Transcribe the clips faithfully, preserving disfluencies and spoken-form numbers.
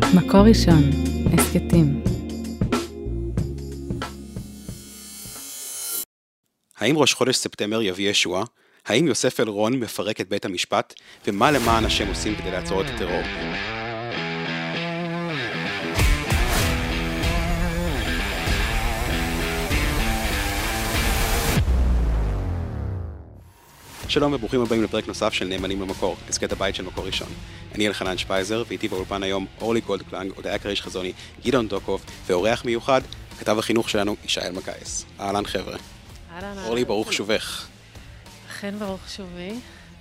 מקור ראשון, הסקטים. האם ראש חודש ספטמבר יביא ישועה? האם יוסף אלרון מפרק את בית המשפט? ומה למען השם עושים כדי לעצור את הטרור? שלום וברוכים הבאים לפרק נוסף של נאמנים למקור, הסקט הבית של מקור ראשון. אני אלחנן שפייזר, ואיתי באולפן היום אורלי גולדקלנג, הודיה קריש חזוני, גדעון דוקוב, ואורח מיוחד, כתב החינוך שלנו, ישעיאל מקייס. אהלן חבר'ה. אהלן, אורלי, ברוך שובך. אכן ברוך שובי.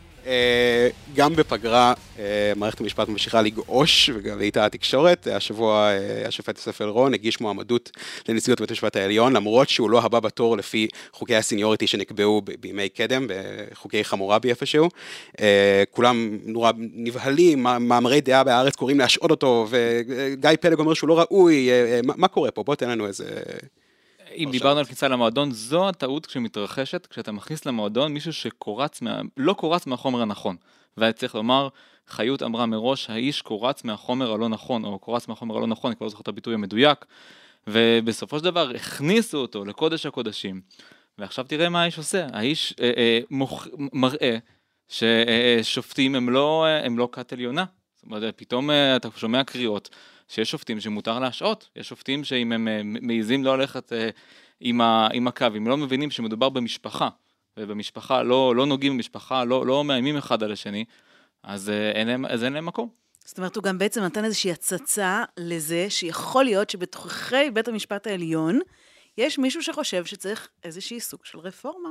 גם בפגרה מערכת המשפט ממשיכה לגעוש, וגם איתה התקשורת. השבוע השופט יוסף אלרון הגיש מועמדות לנשיאות בית המשפט העליון, למרות שהוא לא הבא בתור לפי חוקי הסיניוריטי שנקבעו בימי קדם, בחוקי חמורבי איפשהו. כולם נורא נבהלים, מאמרי דעה בארץ קוראים להשעות אותו, וגיא פלג אומר שהוא לא ראוי. מה קורה פה? בוא תן לנו איזה... אם דיברנו על כניסה למועדון, זו הטעות כשמתרחשת, כשאתה מכניס למועדון מישהו שקורץ, מה, לא קורץ מהחומר הנכון. וצריך לומר, חיות אמרה מראש, האיש קורץ מהחומר הלא נכון, או קורץ מהחומר הלא נכון, אני כבר לא זוכר את הביטוי המדויק, ובסופו של דבר הכניסו אותו לקודש הקודשים. ועכשיו תראה מה האיש עושה. האיש אה, אה, מוכ... מראה ששופטים הם לא, הם לא כת עליונה. זאת אומרת, פתאום אה, אתה שומע קריאות, שיש שופטים שמותר להשעות, יש שופטים שאם הם מעיזים לא הולכת עם, ה, עם הקו, אם לא מבינים שמדובר במשפחה, ובמשפחה לא, לא נוגעים במשפחה, לא, לא מאיימים אחד על השני, אז אין להם, אז אין להם מקום. זאת אומרת, הוא גם בעצם נתן איזושהי הצצה לזה, שיכול להיות שבתוככי בית המשפט העליון, יש מישהו שחושב שצריך איזושהי סוג של רפורמה.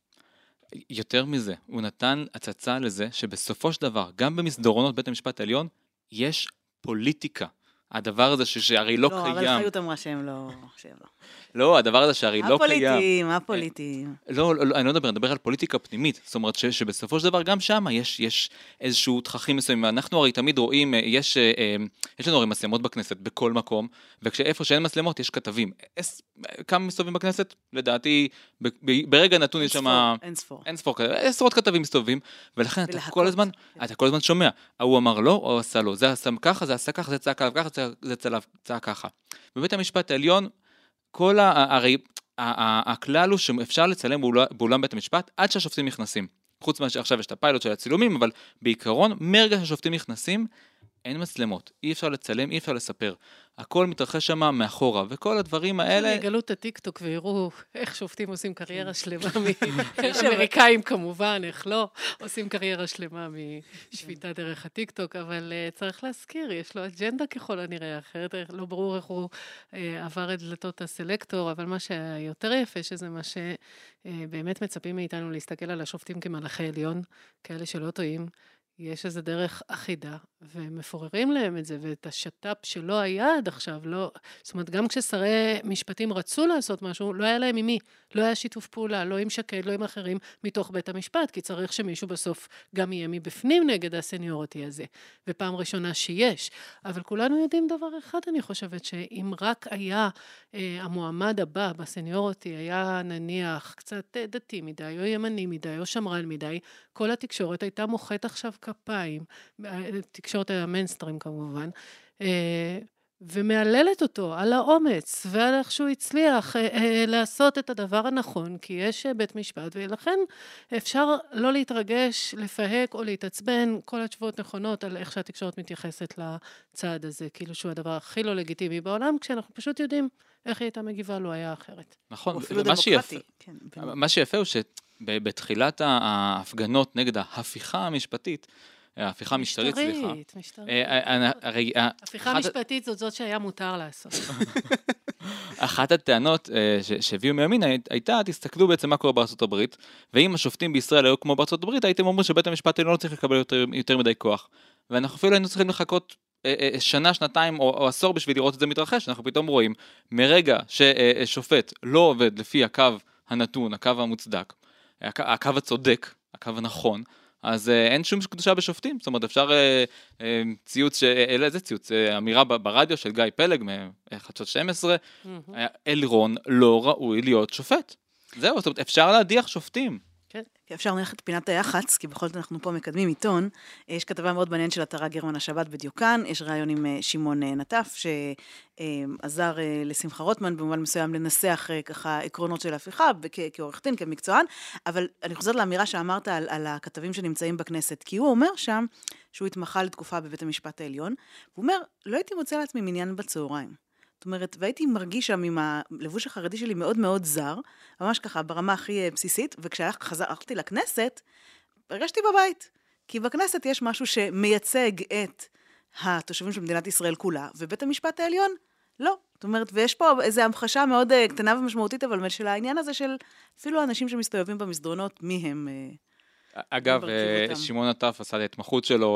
יותר מזה, הוא נתן הצצה לזה, שבסופו של דבר, גם במסדרונות בית המשפט העליון, יש פוליטיקה. הדבר הזה שהרי לא קיים. לא, אבל חיות אמרה שהם לא... שהם לא. לא, הדבר הזה שהרי לא קיים. הפוליטיים, הפוליטיים. לא, לא, אני לא מדבר, אני מדבר על פוליטיקה פנימית. זאת אומרת שבסופו של דבר גם שם יש, יש איזשהו תככים מסוימים. אנחנו הרי תמיד רואים, יש, יש לנו הרי מצלמות בכנסת בכל מקום, וכשאיפה שאין מצלמות יש כתבים. כמה מסתובבים בכנסת? לדעתי, ברגע נתון יש שם... אין ספור. אין ספור, עשרות כתבים מסתובבים, ולכן אתה כל הזמן, אתה כל הזמן שומע. הוא אמר לא, או עשה לא. זה עשה ככה, זה עשה ככה, זה צעק עליו ככה, זה צעק ככה. בבית המשפט העליון, כל ה... הרי הכלל הוא שאפשר לצלם באולם בית המשפט עד שהשופטים נכנסים. חוץ מה שעכשיו יש את הפיילוט של הצילומים, אבל בעיקרון, מרגע שהשופטים נכנסים, אין מצלמות. אי אפשר לצלם, אי אפשר לספר. הכל מתרחש שם מאחורה, וכל הדברים האלה... יגלו את הטיקטוק ויראו איך שופטים עושים קריירה שלמה, אמריקאים כמובן, איך לא, עושים קריירה שלמה משפיטה דרך הטיקטוק, אבל צריך להזכיר, יש לו אג'נדה ככל הנראה, אחרת לא ברור איך הוא עבר את דלתות הסלקטור, אבל מה שיותר יפה, שזה מה שבאמת מצפים מאיתנו להסתכל על השופטים כמלאכי עליון, כאלה שלא טועים, יש איזו דרך אחידה, ומפוררים להם את זה, ואת השטאפ שלא היה עד עכשיו, לא, זאת אומרת, גם כששרי משפטים רצו לעשות משהו, לא היה להם עם מי, לא היה שיתוף פעולה, לא עם שקד, לא עם אחרים, מתוך בית המשפט, כי צריך שמישהו בסוף גם יהיה מבפנים נגד הסניוריטי הזה, ופעם ראשונה שיש, אבל כולנו יודעים דבר אחד, אני חושבת, שאם רק היה אה, המועמד הבא בסניוריטי, היה נניח קצת דתי מדי, או ימני מדי, או שמרן מדי, כל התקשורת הייתה מוחת עכשיו כפיים, תקשורת המיינסטרים כמובן, ומעללת אותו על האומץ, ועל איך שהוא הצליח לעשות את הדבר הנכון, כי יש בית משפט, ולכן אפשר לא להתרגש, לפהק או להתעצבן כל התשובות נכונות על איך שהתקשורת מתייחסת לצעד הזה, כאילו שהוא הדבר הכי לא לגיטימי בעולם, כשאנחנו פשוט יודעים איך היא הייתה מגיבה, לא היה אחרת. נכון, אפילו מה שיפה, דמוקרטי. כן, מה שיפה הוא שבתחילת ההפגנות נגד ההפיכה המשפטית, ההפיכה המשטרית, סליחה. משטרית, משטרית. הפיכה הפיכה משפטית זאת זאת שהיה מותר לעשות. אחת הטענות שהביאו מימין הייתה, תסתכלו בעצם מה קורה בארצות הברית, ואם השופטים בישראל היו כמו בארצות הברית, הייתם אומרים שבית המשפט לא צריך לקבל יותר, יותר מדי כוח. ואנחנו אפילו היינו צריכים לחכות שנה, שנתיים או, או עשור בשביל לראות את זה מתרחש. אנחנו פתאום רואים, מרגע ששופט לא עובד לפי הקו הנתון, הקו המוצדק, הקו הצודק, הקו הנכון, אז אין שום קדושה בשופטים. זאת אומרת, אפשר ציוץ, אלה איזה ציוץ, אמירה ברדיו של גיא פלג, מחדשות שתים עשרה, אלרון לא ראוי להיות שופט. זהו, זאת אומרת, אפשר להדיח שופטים. כן. אפשר ללכת פינת היח"צ, כי בכל זאת אנחנו פה מקדמים עיתון. יש כתבה מאוד מעניינת של אתרה גרמן השבת בדיוקן, יש ראיון עם שמעון נטף, שעזר לשמחה רוטמן במובן מסוים לנסח ככה עקרונות של הפיכה, כעורך דין, כמקצוען, אבל אני חוזרת לאמירה שאמרת על, על הכתבים שנמצאים בכנסת, כי הוא אומר שם שהוא התמחה לתקופה בבית המשפט העליון, והוא אומר, לא הייתי מוצא לעצמי מניין בצהריים. זאת אומרת, והייתי מרגיש שם עם הלבוש החרדי שלי מאוד מאוד זר, ממש ככה ברמה הכי בסיסית, וכשהלכתי לכנסת, הרגשתי בבית. כי בכנסת יש משהו שמייצג את התושבים של מדינת ישראל כולה, ובית המשפט העליון לא. זאת אומרת, ויש פה איזו המחשה מאוד קטנה ומשמעותית, אבל של העניין הזה של אפילו האנשים שמסתובבים במסדרונות, מי הם... אגב, שמעון נטף עשה את ההתמחות שלו,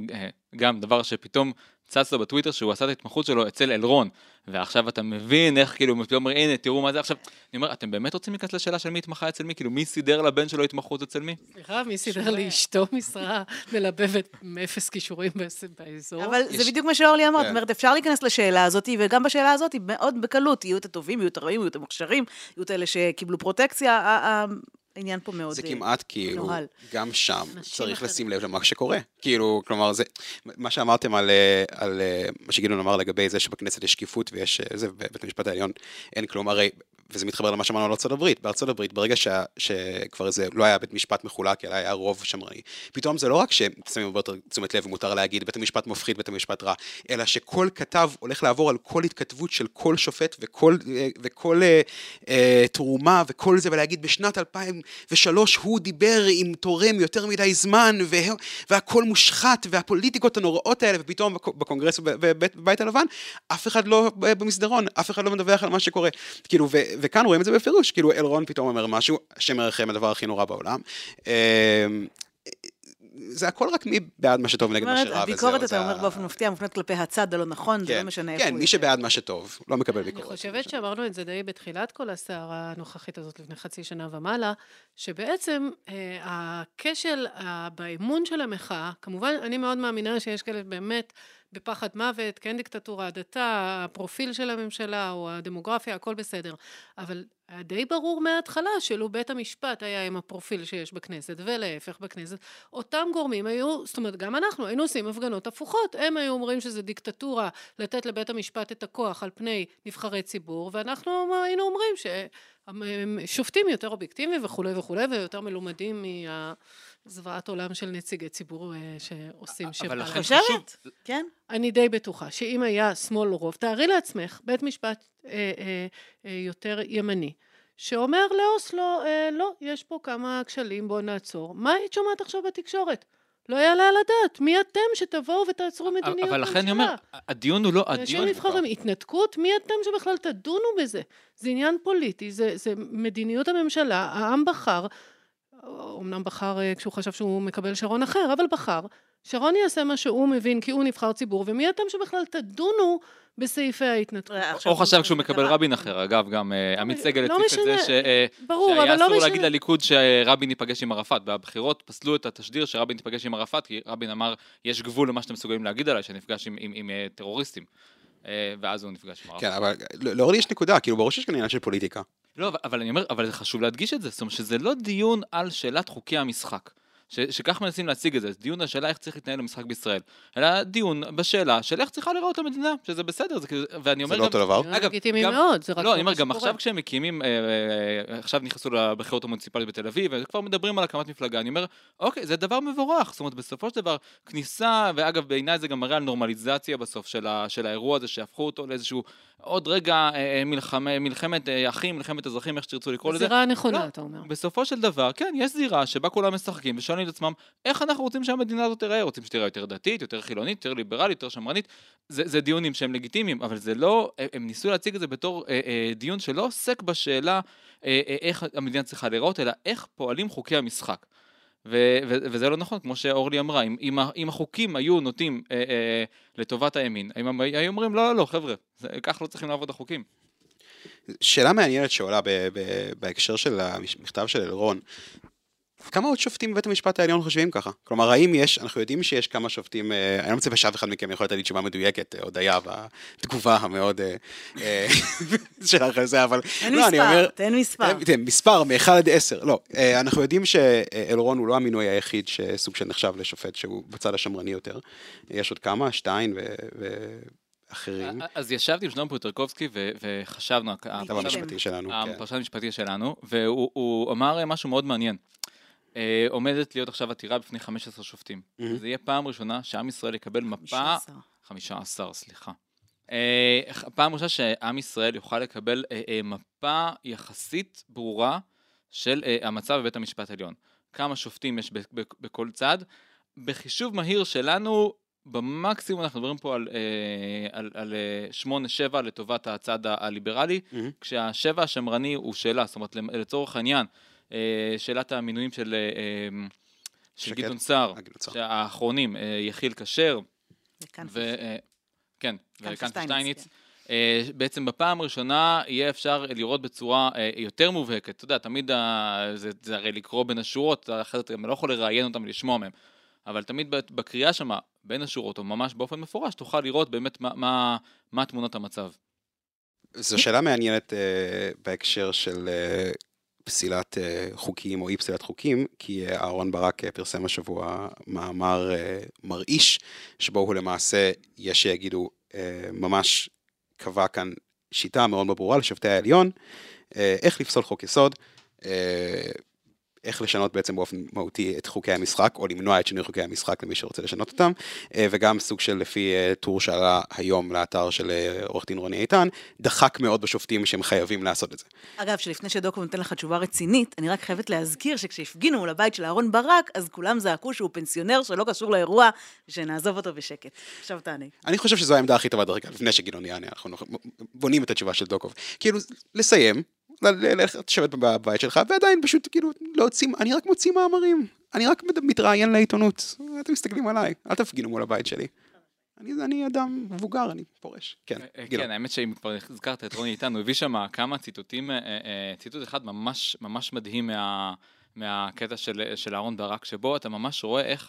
גם דבר שפתאום צץ לו בטוויטר שהוא עשה את ההתמחות שלו אצל אלרון, ועכשיו אתה מבין איך כאילו, פתאום אומר, הנה, תראו מה זה עכשיו, אני אומר, אתם באמת רוצים להיכנס לשאלה של מי התמחה אצל מי? כאילו, מי סידר לבן שלו התמחות אצל מי? סליחה, מי סידר לאשתו משרה מלבבת מאפס כישורים באזור? אבל זה בדיוק מה שאורלי אמרת, זאת אומרת, אפשר להיכנס לשאלה הזאת, וגם בשאלה הזאת, מאוד בקלות, יהיו את הטובים, יהיו את הרעים, יהיו את המוכשרים, יהיו את אלה שקיבלו פרוטקציה, העניין פה מאוד... זה כמעט כאילו, גם שם צריך לשים לב למה שקורה. כאילו, כלומר, זה, מה שאמרתם על, על מה שגילון אמר לגבי זה שבכנסת יש שקיפות ויש, זה בבית המשפט העליון, אין כלום, הרי, וזה מתחבר למה שאמרנו על ארצות הברית, בארצות הברית, ברגע ש, שכבר זה לא היה בית משפט מחולק, אלא היה רוב שמרני, פתאום זה לא רק ששמים הרבה יותר תשומת לב ומותר להגיד, בית המשפט מפחיד, בית המשפט רע, אלא שכל כתב הולך לעבור על כל התכתבות של כל שופט וכל, וכל אה, תרומה וכל זה, ולהגיד בשנת אלפיים ושלוש הוא דיבר עם תורם יותר מדי זמן, וה, והכל מושחת, והפוליטיקות הנוראות האלה, ופתאום בקונגרס ובבית הלבן, אף אחד לא במסדרון, אף אחד לא מדווח על מה שקורה. כאילו, ו, וכאן רואים את זה בפירוש, כאילו אלרון פתאום אומר משהו, השם ירחם הדבר הכי נורא בעולם. זה הכל רק מי בעד מה שטוב נגד מה שרע. הביקורת, אתה אומר באופן מפתיע, מופנית כלפי הצד הלא נכון, זה לא משנה איפה הוא. כן, מי שבעד מה שטוב, לא מקבל ביקורת. אני חושבת שאמרנו את זה די בתחילת כל הסערה הנוכחית הזאת לפני חצי שנה ומעלה, שבעצם הכשל באמון של המחאה, כמובן אני מאוד מאמינה שיש כאלה באמת בפחד מוות, כן דיקטטורה, הדתה, הפרופיל של הממשלה או הדמוגרפיה, הכל בסדר. אבל היה די ברור מההתחלה שלו בית המשפט היה עם הפרופיל שיש בכנסת, ולהפך בכנסת, אותם גורמים היו, זאת אומרת, גם אנחנו היינו עושים הפגנות הפוכות, הם היו אומרים שזה דיקטטורה לתת לבית המשפט את הכוח על פני נבחרי ציבור, ואנחנו היינו אומרים ששופטים יותר אובייקטיביים וכו' וכו', ויותר מלומדים מה... זוועת עולם של נציגי ציבור שעושים שבא. אבל לכן חשוב. כן. אני די בטוחה שאם היה שמאל רוב, תארי לעצמך, בית משפט אה, אה, אה, יותר ימני, שאומר לאוסלו, אה, לא, יש פה כמה כשלים, בוא נעצור. מה היית שומעת עכשיו בתקשורת? לא יעלה על הדעת. מי אתם שתבואו ותעצרו מדיניות ממשלה? אבל לכן אני אומר, הדיון הוא לא... אנשים נבחרים, התנתקות, מי אתם שבכלל תדונו בזה? זה עניין פוליטי, זה, זה מדיניות הממשלה, העם בחר, אמנם בחר כשהוא חשב שהוא מקבל שרון אחר, אבל בחר, שרון יעשה מה שהוא מבין כי הוא נבחר ציבור, ומי אתם שבכלל תדונו בסעיפי ההתנתקות. או חשב כשהוא מקבל רבין אחר, אגב, גם עמית סגל הציף את זה, שהיה אסור להגיד לליכוד שרבין ייפגש עם ערפאת, בבחירות פסלו את התשדיר שרבין ייפגש עם ערפאת, כי רבין אמר, יש גבול למה שאתם מסוגלים להגיד עליי, שנפגש עם טרוריסטים. ואז הוא נפגש עם ערפאת. כן, אבל לא לי יש נקודה, כאילו בראש יש כאן עניין של פוליטיקה. לא, אבל אני אומר, אבל זה חשוב להדגיש את זה, זאת אומרת שזה לא דיון על שאלת חוקי המשחק, שכך מנסים להציג את זה, זה דיון על שאלה איך צריך להתנהל למשחק בישראל, אלא דיון בשאלה של איך צריכה לראות המדינה, שזה בסדר, ואני אומר זה לא אותו דבר. אגב, מאוד, זה רק לא, אני אומר, גם עכשיו כשהם מקימים, עכשיו נכנסו לבחירות המוניציפליות בתל אביב, וכבר מדברים על הקמת מפלגה, אני אומר, אוקיי, זה דבר מבורך, זאת אומרת, בסופו של דבר, כניסה, ואגב, בעיניי זה גם מראה על נורמליזציה בסוף של האירוע הזה, שהפכו אותו לאיזשהו עוד רגע מלחמת אחים, מלחמת אזרחים, איך שתרצו לקרוא לזה. זירה הנכונה, אתה אומר. בסופו של דבר, כן, יש זירה שבה כולם משחקים ושואלים את עצמם, איך אנחנו רוצים שהמדינה הזאת תראה? רוצים שתראה יותר דתית, יותר חילונית, יותר ליברלית, יותר שמרנית. זה, זה דיונים שהם לגיטימיים, אבל זה לא, הם ניסו להציג את זה בתור אה, אה, דיון שלא עוסק בשאלה אה, אה, איך המדינה צריכה לראות, אלא איך פועלים חוקי המשחק. ו- ו- וזה לא נכון, כמו שאורלי אמרה, אם, אם, אם החוקים היו נוטים אה, אה, לטובת הימין, אם היו אומרים, לא, לא, לא, חבר'ה, זה, כך לא צריכים לעבוד החוקים. שאלה מעניינת שעולה ב- ב- בהקשר של המכתב של אלרון, כמה עוד שופטים בבית המשפט העליון חושבים ככה? כלומר, האם יש, אנחנו יודעים שיש כמה שופטים, אני לא מצפה שאף אחד מכם יכול לתת לי תשובה מדויקת, הודיה בתגובה המאוד שלך על זה, אבל... תן מספר, תן מספר. תן מספר, מאחד עד עשר, לא. אנחנו יודעים שאלרון הוא לא המינוי היחיד שסוג של נחשב לשופט שהוא בצד השמרני יותר. יש עוד כמה, שטיין ו... אחרים. אז ישבתי עם שלמה פוטרקובסקי וחשבנו, הפרשן המשפטי שלנו, הפרשן המשפטי שלנו, והוא אמר משהו מאוד מעניין. עומדת להיות עכשיו עתירה בפני חמישה עשר שופטים. זה יהיה פעם ראשונה שעם ישראל יקבל מפה... חמישה עשר, סליחה. פעם ראשונה שעם ישראל יוכל לקבל מפה יחסית ברורה של המצב בבית המשפט העליון. כמה שופטים יש בכל צד. בחישוב מהיר שלנו, במקסימום אנחנו מדברים פה על, על, על שמונה שבע לטובת הצד הליברלי, mm-hmm. כשהשבע השמרני הוא שאלה, זאת אומרת לצורך העניין, שאלת המינויים של, של גדעון סער, שהאחרונים, יחיל כשר, ו, כן, וכאן שטייניץ, בעצם בפעם הראשונה יהיה אפשר לראות בצורה יותר מובהקת, אתה יודע, תמיד זה, זה הרי לקרוא בין השורות, אחרת אני לא יכול לראיין אותם ולשמוע מהם, אבל תמיד בקריאה שמה, בין השורות, או ממש באופן מפורש, תוכל לראות באמת מה, מה, מה תמונות המצב. זו שאלה מעניינת uh, בהקשר של uh, פסילת uh, חוקים או אי פסילת חוקים, כי uh, אהרון ברק uh, פרסם השבוע מאמר uh, מרעיש, שבו הוא למעשה, יש שיגידו, uh, ממש קבע כאן שיטה מאוד ברורה לשופטי העליון, uh, איך לפסול חוק יסוד, uh, איך לשנות בעצם באופן מהותי את חוקי המשחק, או למנוע את שינוי חוקי המשחק למי שרוצה לשנות אותם, וגם סוג של לפי טור שעלה היום לאתר של עורך דין רוני איתן, דחק מאוד בשופטים שהם חייבים לעשות את זה. אגב, שלפני שדוקו נותן לך תשובה רצינית, אני רק חייבת להזכיר שכשהפגינו מול הבית של אהרון ברק, אז כולם זעקו שהוא פנסיונר שלא קשור לאירוע, ושנעזוב אותו בשקט. עכשיו תענה. אני חושב שזו העמדה הכי טובה דרך כלל, לפני שגדעון יענה, אנחנו בונים את התשובה של דוקוב. כאילו, לסיים, לשבת בבית שלך, ועדיין פשוט כאילו להוציא, אני רק מוציא מאמרים, אני רק מתראיין לעיתונות, אתם מסתכלים עליי, אל תפגינו מול הבית שלי. אני, אני אדם מבוגר, אני פורש. כן, כן, האמת שאם כבר הזכרת את רוני איתן, הוא הביא שם כמה ציטוטים, ציטוט אחד ממש ממש מדהים מה, מהקטע של, של אהרון ברק, שבו אתה ממש רואה איך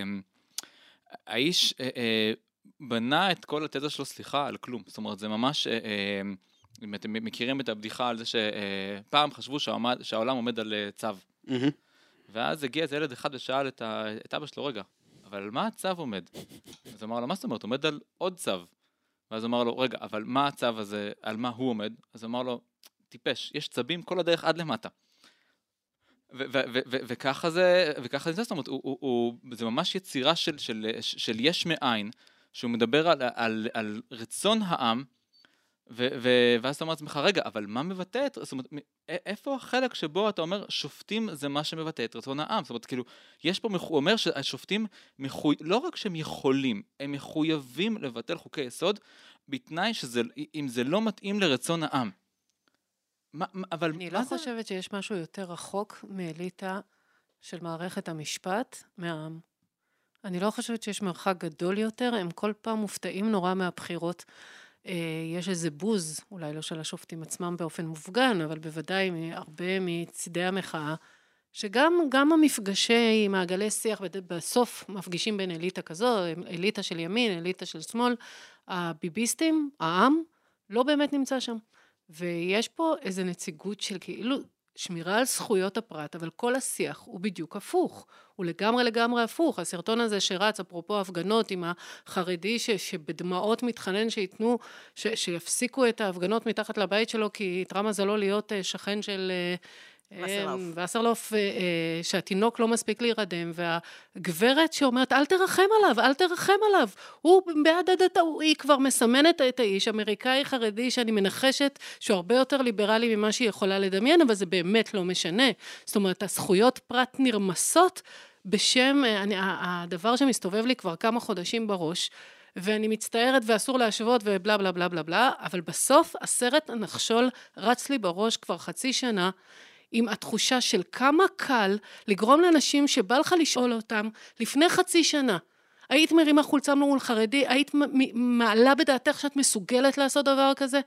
האיש בנה את כל התזה שלו, סליחה, על כלום. זאת אומרת, זה ממש... אם אתם מכירים את הבדיחה על זה שפעם חשבו שהעולם עומד על צו. ואז הגיע איזה ילד אחד ושאל את אבא שלו, רגע, אבל על מה הצו עומד? אז אמר לו, מה זאת אומרת? עומד על עוד צו. ואז אמר לו, רגע, אבל מה הצו הזה, על מה הוא עומד? אז אמר לו, טיפש, יש צבים כל הדרך עד למטה. וככה זה, וככה זה, זאת אומרת, זה ממש יצירה של יש מאין, שהוא מדבר על רצון העם, ואז אתה אומר לעצמך, רגע, אבל מה מבטא את, זאת אומרת, איפה החלק שבו אתה אומר, שופטים זה מה שמבטא את רצון העם? זאת אומרת, כאילו, יש פה, הוא אומר שהשופטים, לא רק שהם יכולים, הם מחויבים לבטל חוקי יסוד, בתנאי שאם זה לא מתאים לרצון העם. אבל אני לא חושבת שיש משהו יותר רחוק מאליטה של מערכת המשפט מהעם. אני לא חושבת שיש מרחק גדול יותר, הם כל פעם מופתעים נורא מהבחירות. יש איזה בוז, אולי לא של השופטים עצמם באופן מופגן, אבל בוודאי הרבה מצידי המחאה, שגם גם המפגשי מעגלי שיח בסוף מפגישים בין אליטה כזו, אליטה של ימין, אליטה של שמאל, הביביסטים, העם, לא באמת נמצא שם. ויש פה איזו נציגות של כאילו שמירה על זכויות הפרט, אבל כל השיח הוא בדיוק הפוך, הוא לגמרי לגמרי הפוך. הסרטון הזה שרץ, אפרופו הפגנות עם החרדי ש, שבדמעות מתחנן שיתנו, ש, שיפסיקו את ההפגנות מתחת לבית שלו, כי יתרם מזלו להיות שכן של וסרלוף, שהתינוק לא מספיק להירדם, והגברת שאומרת, אל תרחם עליו, אל תרחם עליו, הוא בעד הדתה, היא כבר מסמנת את האיש, אמריקאי חרדי, שאני מנחשת שהוא הרבה יותר ליברלי ממה שהיא יכולה לדמיין, אבל זה באמת לא משנה. זאת אומרת, הזכויות פרט נרמסות בשם, אני, הדבר שמסתובב לי כבר כמה חודשים בראש, ואני מצטערת ואסור להשוות ובלה בלה בלה בלה בלה, אבל בסוף הסרט הנחשול רץ לי בראש כבר חצי שנה, עם התחושה של כמה קל לגרום לאנשים שבא לך לשאול אותם לפני חצי שנה, היית מרימה חולצה מול חרדי, היית מעלה בדעתך שאת מסוגלת לעשות דבר כזה?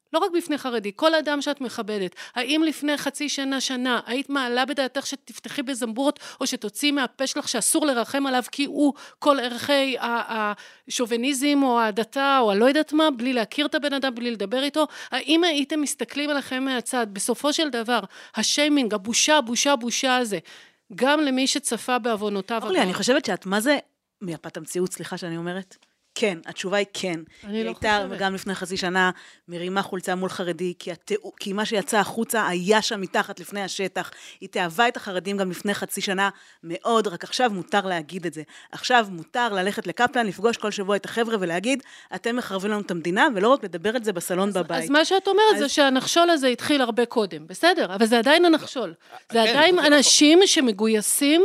לא רק בפני חרדי, כל אדם שאת מכבדת. האם לפני חצי שנה, שנה, היית מעלה בדעתך שתפתחי בזמבורות, או שתוציא מהפה שלך שאסור לרחם עליו, כי הוא כל ערכי השוביניזם, או הדתה, או הלא יודעת מה, בלי להכיר את הבן אדם, בלי לדבר איתו? האם הייתם מסתכלים עליכם מהצד? בסופו של דבר, השיימינג, הבושה, בושה, בושה הזה, גם למי שצפה בעוונותיו. אורלי, אני חושבת שאת, מה זה, מפת המציאות, סליחה שאני אומרת? כן, התשובה היא כן. אני לא הייתה חושבת. גם לפני חצי שנה מרימה חולצה מול חרדי, כי, התאו, כי מה שיצא החוצה היה שם מתחת לפני השטח. היא תאהבה את החרדים גם לפני חצי שנה מאוד, רק עכשיו מותר להגיד את זה. עכשיו מותר ללכת לקפלן, לפגוש כל שבוע את החבר'ה ולהגיד, אתם מחרבים לנו את המדינה, ולא רק לדבר את זה בסלון אז, בבית. אז מה שאת אומרת אז... זה שהנחשול הזה התחיל הרבה קודם, בסדר, אבל זה עדיין הנחשול. זה כן, עדיין זה- אנשים שמגויסים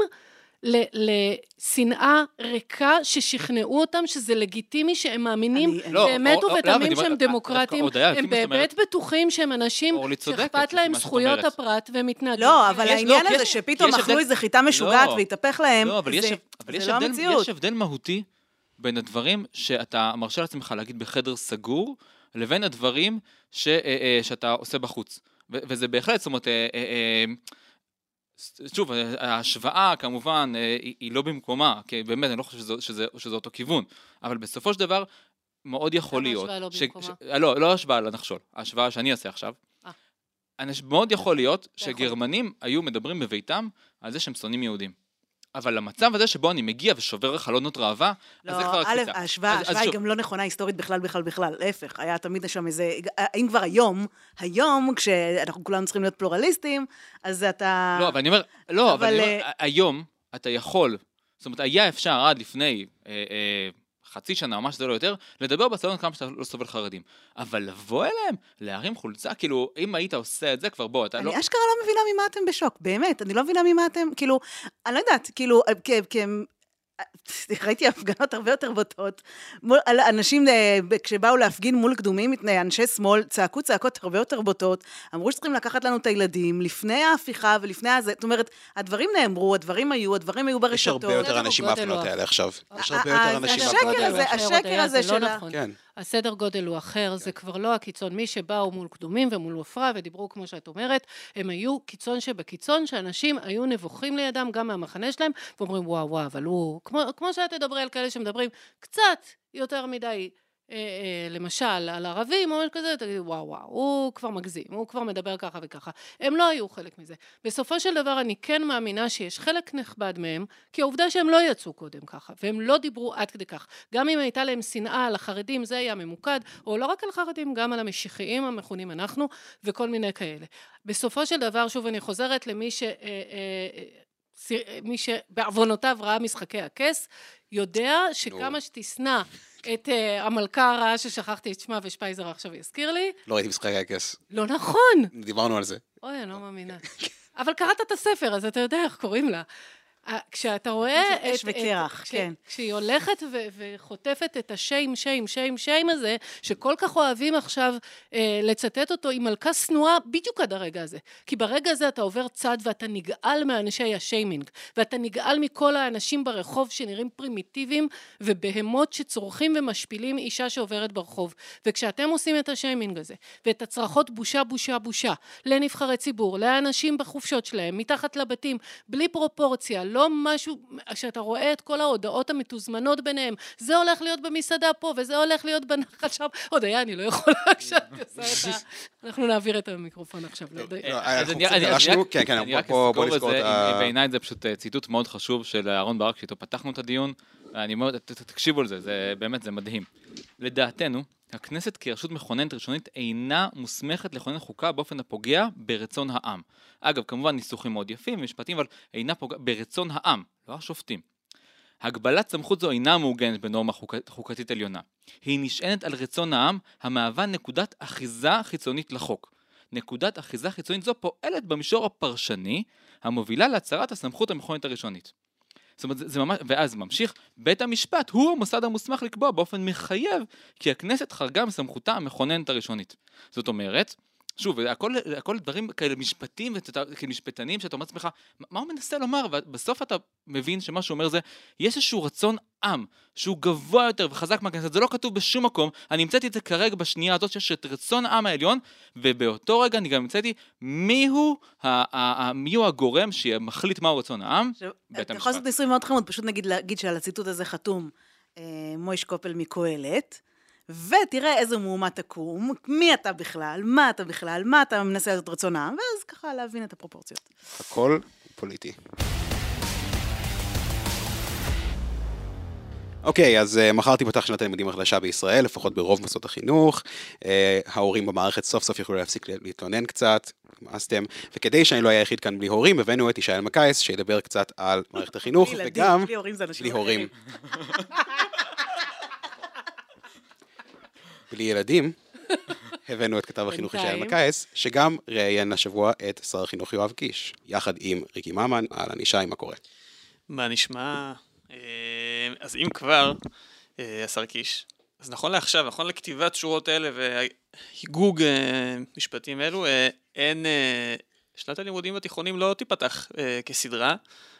לשנאה ריקה ששכנעו אותם שזה לגיטימי שהם מאמינים אני- לא, באמת או- או- ובתמים לא, אבל שהם דווקא- דמוקרטיים, דווקא, הודיה, לפי הם מה שאת באמת אומרת- בטוחים שהם אנשים אורלי צודקת, שאכפת לפי להם מה שאת זכויות אומרת. הפרט והם מתנהגים. לא, אבל יש- העניין לא, כי הזה יש- שפתאום כי יש אכלו הבדל- איזה חיטה משוגעת לא. והתהפך להם, לא, אבל יש, זה, אבל זה יש, לא הבדל, המציאות. יש הבדל מהותי בין הדברים שאתה מרשה לעצמך להגיד בחדר סגור, לבין הדברים ש, אה, אה, שאתה עושה בחוץ. ו, וזה בהחלט, זאת אומרת, אה, אה, אה, שוב, ההשוואה כמובן אה, היא, היא לא במקומה, כי באמת אני לא חושב שזה, שזה, שזה אותו כיוון, אבל בסופו של דבר מאוד יכול למה להיות... ההשוואה לא ש- במקומה? ש- לא, לא השוואה לנחשול, ההשוואה שאני אעשה עכשיו. אה. אנש- מאוד יכול להיות יכול. שגרמנים היו מדברים בביתם על זה שהם שונאים יהודים. אבל המצב הזה שבו אני מגיע ושובר חלונות ראווה, אז זה כבר לא, א', הקפיצה. ההשוואה אז- ההשוואה אז היא שוב, גם לא נכונה היסטורית בכלל, בכלל, בכלל. להפך, היה תמיד שם איזה... אם כבר היום, היום, כשאנחנו כולנו צריכים להיות פלורליסטים, אז אתה... לא, אבל אני אומר, לא, אבל אבל, אני אומר, אה, היום אתה יכול, זאת אומרת, היה אפשר עד לפני אה, אה, חצי שנה, ממש זה לא יותר, לדבר בסלון כמה שאתה לא סובל חרדים. אבל לבוא אליהם, להרים חולצה, כאילו, אם היית עושה את זה, כבר בוא, אתה לא... אני אשכרה לא מבינה ממה אתם בשוק, באמת, אני לא מבינה ממה אתם, כאילו, אני לא יודעת, כאילו, כ- כ- ראיתי הפגנות הרבה יותר בוטות, מול, על אנשים, אה, כשבאו להפגין מול קדומים, אנשי שמאל, צעקו צעקות הרבה יותר בוטות, אמרו שצריכים לקחת לנו את הילדים, לפני ההפיכה ולפני הזה, זאת אומרת, הדברים נאמרו, הדברים היו, הדברים היו יש ברשתות. הרבה יותר סדר אנשים גודל בהפגנות הוא- האלה עכשיו. יש אה, הרבה אה, יותר אנשים השקר בהפגנות הזה, האלה. השקר הודיה, הזה זה לא שלה- נכון. כן. הסדר גודל הוא אחר, זה כבר לא הקיצון. מי שבאו מול קדומים ומול עופרה ודיברו כמו שאת אומרת, הם היו קיצון שבקיצון, שאנשים היו נבוכים לידם גם מהמחנה שלהם, ואומרים וואו וואו, אבל הוא, כמו, כמו שאת תדברי על כאלה שמדברים קצת יותר מדי, אה, אה, למשל על ערבים או משהו כזה, תגידי וואו וואו, הוא כבר מגזים, הוא כבר מדבר ככה וככה. הם לא היו חלק מזה. בסופו של דבר אני כן מאמינה שיש חלק נכבד מהם, כי העובדה שהם לא יצאו קודם ככה, והם לא דיברו עד כדי כך. גם אם הייתה להם שנאה על החרדים, זה היה ממוקד, או לא רק על חרדים, גם על המשיחיים המכונים אנחנו, וכל מיני כאלה. בסופו של דבר, שוב אני חוזרת למי ש... אה, אה, מי שבעוונותיו ראה משחקי הכס, יודע שכמה שתשנא את uh, המלכה הרעה ששכחתי את שמה ושפייזר עכשיו יזכיר לי, לא ראיתי משחקי הכס. לא נכון. דיברנו על זה. אוי, אני לא מאמינה. אבל קראת את הספר, אז אתה יודע איך קוראים לה. כשאתה רואה... אש את- וקרח, את- כן. כשהיא הולכת ו- וחוטפת את השיים, שיים, שיים, שיים הזה, שכל כך אוהבים עכשיו אה, לצטט אותו, היא מלכה שנואה בדיוק עד הרגע הזה. כי ברגע הזה אתה עובר צד ואתה נגעל מאנשי השיימינג, ואתה נגעל מכל האנשים ברחוב שנראים פרימיטיביים, ובהמות שצורכים ומשפילים אישה שעוברת ברחוב. וכשאתם עושים את השיימינג הזה, ואת הצרחות בושה, בושה, בושה, לנבחרי ציבור, לאנשים בחופשות שלהם, מתחת לבתים, בלי פרופורציה, לא משהו, שאתה רואה את כל ההודעות המתוזמנות ביניהם, זה הולך להיות במסעדה פה, וזה הולך להיות בנחל שם, עוד היה, אני לא יכולה כשאני עושה את ה... אנחנו נעביר את המיקרופון עכשיו, לא יודע. לא, אז אנחנו אני- קצת אני- אני גלשנו. רק- כן, כן, אני רק בוא- בוא אסגור את נסגור זה, את ה... בעיניי זה פשוט אה, ציטוט מאוד חשוב של אהרון ברק, שאיתו פתחנו את הדיון, ואני מאוד, ת- ת- תקשיבו לזה, זה באמת, זה מדהים. לדעתנו, הכנסת כרשות מכוננת ראשונית אינה מוסמכת לכונן חוקה באופן הפוגע ברצון העם. אגב, כמובן ניסוחים מאוד יפים ומשפטים, אבל אינה פוגע ברצון העם, לא השופטים. הגבלת סמכות זו אינה מעוגנת בנורמה חוק... חוקתית עליונה. היא נשענת על רצון העם, המהווה נקודת אחיזה חיצונית לחוק. נקודת אחיזה חיצונית זו פועלת במישור הפרשני, המובילה להצהרת הסמכות המכוננת הראשונית. זאת אומרת, זה, זה ממש, ואז ממשיך, בית המשפט הוא המוסד המוסמך לקבוע באופן מחייב, כי הכנסת חרגה מסמכותה המכוננת הראשונית. זאת אומרת, שוב, הכל, הכל דברים כאלה משפטים, כמשפטנים, שאתה אומר לעצמך, מה הוא מנסה לומר? ובסוף אתה מבין שמה שהוא אומר זה, יש איזשהו רצון עם, שהוא גבוה יותר וחזק מהכנסת, זה לא כתוב בשום מקום, אני המצאתי את זה כרגע בשנייה הזאת, שיש את רצון העם העליון, ובאותו רגע אני גם המצאתי מיהו, מיהו הגורם שמחליט מהו רצון העם, בית אתה יכול לעשות ניסוי מאוד חמוד, פשוט נגיד להגיד שעל הציטוט הזה חתום מויש קופל מקהלת, ותראה איזה מהומה תקום, מי אתה בכלל, מה אתה בכלל, מה אתה מנסה לעשות רצון העם, ואז ככה להבין את הפרופורציות. הכל פוליטי. אוקיי, אז uh, מחר תיפתח שנת הלימודים החדשה בישראל, לפחות ברוב מוסדות החינוך. Uh, ההורים במערכת סוף סוף יוכלו להפסיק להתלונן קצת, מאסתם. וכדי שאני לא אהיה היחיד כאן בלי הורים, הבאנו את ישעיאל מקייס, שידבר קצת על מערכת החינוך, וגם... בלי הורים זה אנשים בלי הורים. בלי ילדים, הבאנו את כתב החינוך ישעיאל מקייס, שגם ראיין השבוע את שר החינוך יואב קיש, יחד עם ריקי ממן, על הנישה, מה קורה. מה נשמע? אז אם כבר, השר קיש, אז נכון לעכשיו, נכון לכתיבת שורות אלה והיגוג משפטים אלו, אין, שנת הלימודים בתיכונים לא תיפתח כסדרה,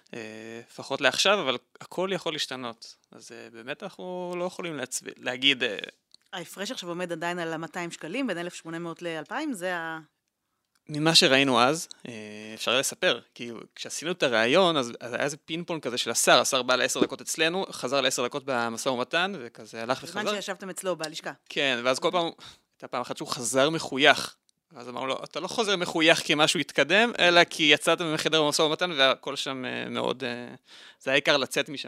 לפחות לעכשיו, אבל הכל יכול להשתנות. אז באמת אנחנו לא יכולים להצביע, להגיד... ההפרש עכשיו עומד עדיין על מאתיים שקלים, בין אלף ושמונה מאות ל-אלפיים, זה ה... ממה שראינו אז, אפשר לספר, כי כשעשינו את הרעיון, אז היה איזה פינפון כזה של השר, השר בא לעשר דקות אצלנו, חזר לעשר דקות במשא ומתן, וכזה הלך וחזר. בזמן שישבתם אצלו בלשכה. כן, ואז כל פעם, הייתה פעם אחת שהוא חזר מחוייך, ואז אמרנו לו, אתה לא חוזר מחוייך כי משהו יתקדם, אלא כי יצאת מחדר במשא ומתן, והכל שם מאוד, זה היה עיקר לצאת משם.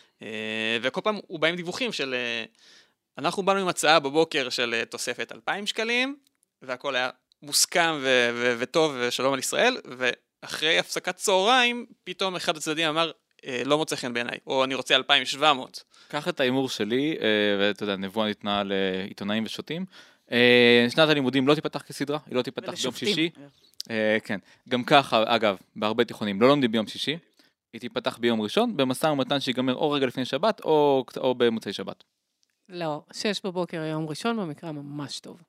וכל פעם הוא בא עם דיווחים של, אנחנו באנו עם הצעה בבוקר של תוספת אלפיים שקלים, והכל היה מוסכם ו- ו- וטוב ושלום על ישראל, ואחרי הפסקת צהריים, פתאום אחד הצדדים אמר, לא מוצא חן בעיניי, או אני רוצה אלפיים ושבע מאות. קח את האימור שלי, ואתה יודע, נבואה ניתנה לעיתונאים ושוטים. שנת הלימודים לא תיפתח כסדרה, היא לא תיפתח ביום שישי. כן, גם ככה, אגב, בהרבה תיכונים, לא לומדים ביום שישי, היא תיפתח ביום ראשון, במשא ומתן שיגמר או רגע לפני שבת, או, או במוצאי שבת. לא, שש בבוקר יום ראשון במקרה ממש טוב.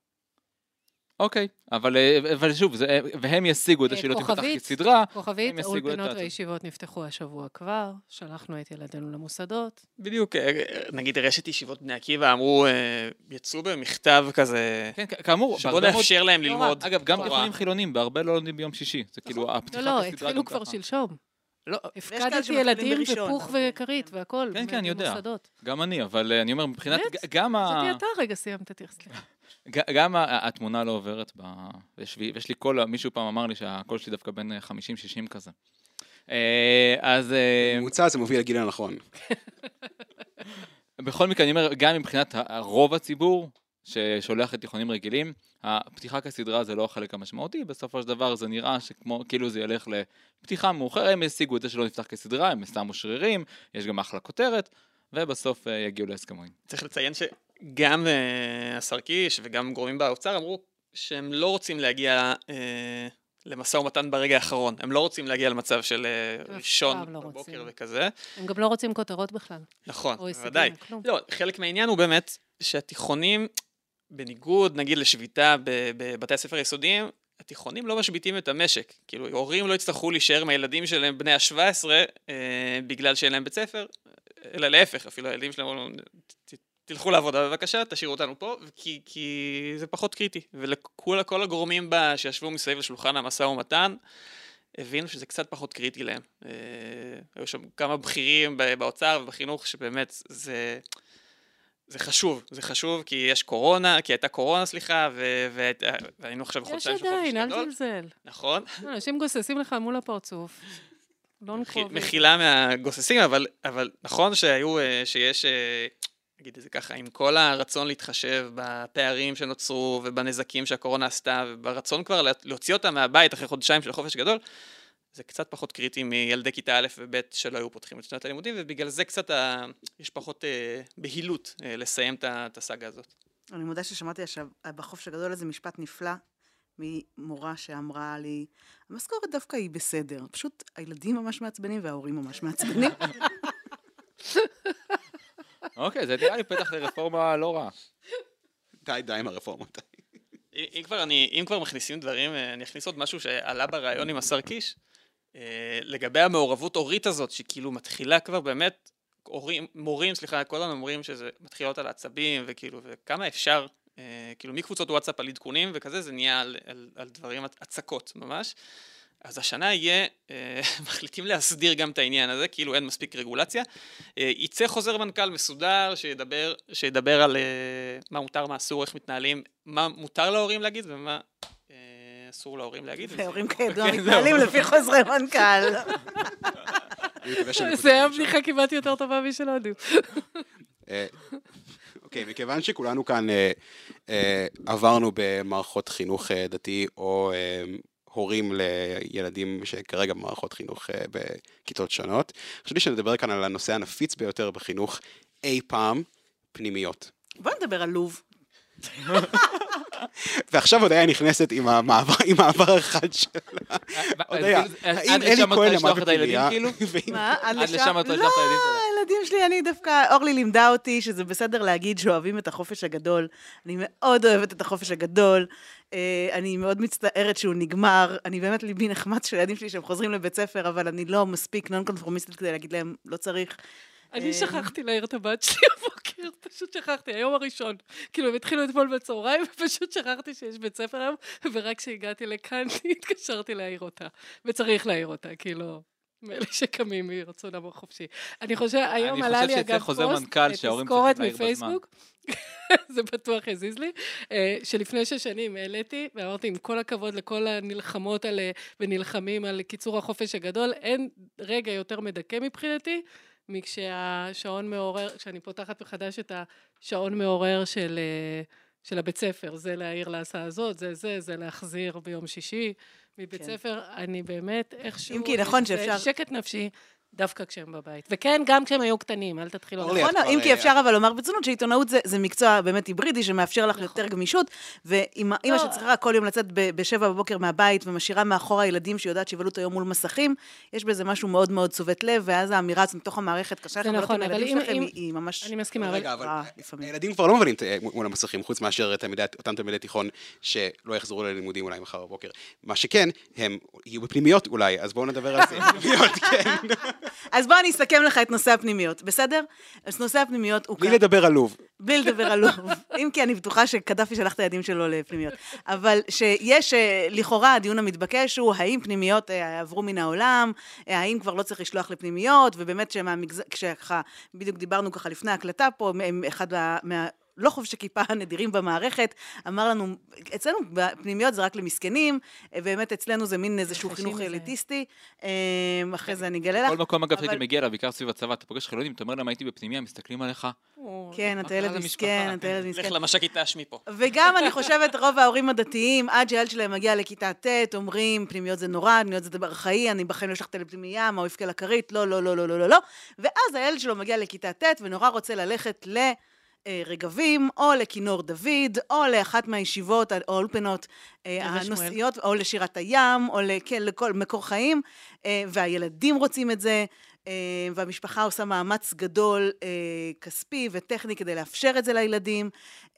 אוקיי, אבל, אבל שוב, זה, והם ישיגו את השאלות תפתח כסדרה. כוכבית, האולפנות והישיבות נפתחו השבוע כבר, שלחנו את ילדינו למוסדות. בדיוק, נגיד רשת ישיבות בני עקיבא אמרו, יצאו במכתב כזה, כן, כאמור, שבוא נאפשר להם ללמוד. אגב, גם תיכונים חילונים, בהרבה לא לומדים ביום שישי, זה כאילו הפתיחת הסדרה. הסדרה. לא, לא, התחילו כבר שלשום. לא, הפקדתי ילדים ופוך וכרית והכל. כן, כן, אני יודע. גם אני, אבל אני אומר, מבחינת, גם ה... חשבתי אתה רגע סיימת את יחסלי. גם התמונה לא עוברת, ויש לי קול, מישהו פעם אמר לי שהקול שלי דווקא בין חמישים שישים כזה. אז... ממוצע זה מוביל לגיל הנכון. בכל מקרה, אני אומר, גם מבחינת רוב הציבור, ששולח את תיכונים רגילים, הפתיחה כסדרה זה לא החלק המשמעותי, בסופו של דבר זה נראה שכמו, כאילו זה ילך לפתיחה מאוחרת, הם השיגו את זה שלא נפתח כסדרה, הם שמו שרירים, יש גם אחלה כותרת, ובסוף יגיעו להסכמוין. צריך לציין שגם השר קיש וגם גורמים באוצר אמרו שהם לא רוצים להגיע למשא ומתן ברגע האחרון, הם לא רוצים להגיע למצב של ראשון בבוקר וכזה. הם גם לא רוצים כותרות בכלל. נכון, ודאי. לא, חלק מהעניין הוא באמת שהתיכונים, בניגוד נגיד לשביתה בבתי הספר היסודיים, התיכונים לא משביתים את המשק, כאילו הורים לא יצטרכו להישאר מהילדים שלהם בני ה-שבע עשרה בגלל שאין להם בית ספר, אלא להפך, אפילו הילדים שלהם תלכו לעבודה בבקשה, תשאירו אותנו פה, כי, כי זה פחות קריטי, ולכל כל הגורמים בה שישבו מסביב לשולחן המשא ומתן, הבינו שזה קצת פחות קריטי להם. היו שם כמה בכירים באוצר ובחינוך שבאמת זה... זה חשוב, זה חשוב כי יש קורונה, כי הייתה קורונה, סליחה, והיינו עכשיו בחודשיים של חופש גדול. יש עדיין, אל תלזל. נכון. אנשים גוססים לך מול הפרצוף. לא נקרוב. מחילה מהגוססים, אבל נכון שהיו, שיש, נגיד את זה ככה, עם כל הרצון להתחשב בפערים שנוצרו ובנזקים שהקורונה עשתה, וברצון כבר להוציא אותם מהבית אחרי חודשיים של חופש גדול, זה קצת פחות קריטי מילדי כיתה א' וב' שלא היו פותחים את שנת הלימודים, ובגלל זה קצת ה... יש פחות אה, בהילות אה, לסיים את הסאגה הזאת. אני מודה ששמעתי עכשיו בחופש הגדול איזה משפט נפלא ממורה שאמרה לי, המשכורת דווקא היא בסדר, פשוט הילדים ממש מעצבנים וההורים ממש מעצבנים. אוקיי, זה נראה לי פתח לרפורמה לא רעה. די, די עם הרפורמות. אם כבר, אני, אם כבר מכניסים דברים, אני אכניס עוד משהו שעלה ברעיון עם השר קיש, לגבי המעורבות הורית הזאת, שכאילו מתחילה כבר באמת, הורים, מורים, סליחה, כל המורים שזה מתחילות על העצבים, וכאילו, וכמה אפשר, כאילו מקבוצות וואטסאפ על עדכונים, וכזה זה נהיה על, על, על דברים הצקות ממש. אז השנה יהיה, מחליטים להסדיר גם את העניין הזה, כאילו אין מספיק רגולציה. יצא חוזר מנכ"ל מסודר, שידבר, שידבר על מה מותר, מה אסור, איך מתנהלים, מה מותר להורים להגיד, ומה אסור להורים להגיד. והורים כידוע מתנהלים לפי חוזרי מנכ"ל. זה היה בדיחה כמעט יותר טובה משלנו. אוקיי, מכיוון שכולנו כאן עברנו במערכות חינוך דתי, או הורים לילדים שכרגע במערכות חינוך בכיתות שונות, חשבתי שנדבר כאן על הנושא הנפיץ ביותר בחינוך אי פעם, פנימיות. בוא נדבר על לוב. ועכשיו הודיה נכנסת עם המעבר אחד שלה. הודיה, האם אלי כהן למד בפנימיה? מה? עד לשם את לא לשלוח את הילדים שלה. לא, הילדים שלי, אני דווקא, אורלי לימדה אותי שזה בסדר להגיד שאוהבים את החופש הגדול. אני מאוד אוהבת את החופש הגדול. אני מאוד מצטערת שהוא נגמר. אני באמת ליבי נחמץ של הילדים שלי שהם חוזרים לבית ספר, אבל אני לא מספיק נון קונפורמיסטית כדי להגיד להם, לא צריך. אני שכחתי להעיר את הבת שלי הבוקר, פשוט שכחתי, היום הראשון. כאילו, הם התחילו אתמול בצהריים, ופשוט שכחתי שיש בית ספר היום, ורק כשהגעתי לכאן, התקשרתי להעיר אותה. וצריך להעיר אותה, כאילו, מאלה שקמים מרצונם החופשי. אני חושב, היום עלה לי אגב פוסט, תזכורת מפייסבוק, זה בטוח הזיז לי, שלפני שש שנים העליתי, ואמרתי, עם כל הכבוד לכל הנלחמות על, ונלחמים על קיצור החופש הגדול, אין רגע יותר מדכא מבחינתי, מכשהשעון מעורר, כשאני פותחת מחדש את השעון מעורר של, של הבית ספר, זה להעיר להסעה הזאת, זה זה, זה להחזיר ביום שישי מבית כן. ספר, אני באמת איכשהו, אם כי נכון שאפשר... שקט נפשי, דווקא כשהם בבית. וכן, גם כשהם היו קטנים, אל תתחילו... נכון, אם כי אפשר אבל לומר בצונות שעיתונאות זה מקצוע באמת היברידי, שמאפשר לך יותר גמישות, ואמא שצריכה כל יום לצאת בשבע בבוקר מהבית, ומשאירה מאחור הילדים שיודעת שיבלו את היום מול מסכים, יש בזה משהו מאוד מאוד צובט לב, ואז האמירה מתוך המערכת קשה, זה נכון, אבל היא ממש... אני מסכימה, אבל הילדים כבר לא מבלים מול המסכים, חוץ מאשר אותם תלמידי תיכון שלא יחזרו ללימודים אולי מחר בבוקר. מה שכן, הם יהיו בפנימיות אולי, אז בואו נדבר על זה. פנימיות, כן. אז בוא אני אסכם לך את נושא הפנימיות, בסדר? אז נושא הפנימיות הוא... בלי לדבר על לוב. בלי לדבר על לוב. אם כי אני בטוחה שקדאפי שלח את הילדים שלו לפנימיות. אבל שיש, לכאורה, הדיון המתבקש הוא, האם פנימיות עברו מן העולם, האם כבר לא צריך לשלוח לפנימיות, ובאמת שמהמגזר, כשככה, בדיוק דיברנו ככה לפני ההקלטה פה, אחד מה... לא חובשי כיפה הנדירים במערכת, אמר לנו, אצלנו בפנימיות זה רק למסכנים, באמת אצלנו זה מין איזשהו חינוך אליטיסטי, אחרי זה אני אגלה לך. כל מקום אגב שהייתי מגיע לה, בעיקר סביב הצבא, אתה פוגש חילונים, אתה אומר להם, הייתי בפנימיה, מסתכלים עליך. כן, אתה ילד מסכן, אתה ילד מסכן. לך למשק תשמי פה. וגם אני חושבת, רוב ההורים הדתיים, עד שהילד שלהם מגיע לכיתה ט', אומרים, פנימיות זה נורא, פנימיות זה דבר ארכאי, אני בחיים לא שלחתי לפנימייה, מה הוא יפקה לכרית, לא, לא, לא, לא, לא, לא. ואז הילד שלו מגיע לכיתה ט' ונורא רוצה ללכת ל רגבים, או לכינור דוד, או לאחת מהישיבות, או אולפנות הנושאיות, או לשירת הים, או לכל מקור חיים, והילדים רוצים את זה, והמשפחה עושה מאמץ גדול, כספי וטכני, כדי לאפשר את זה לילדים,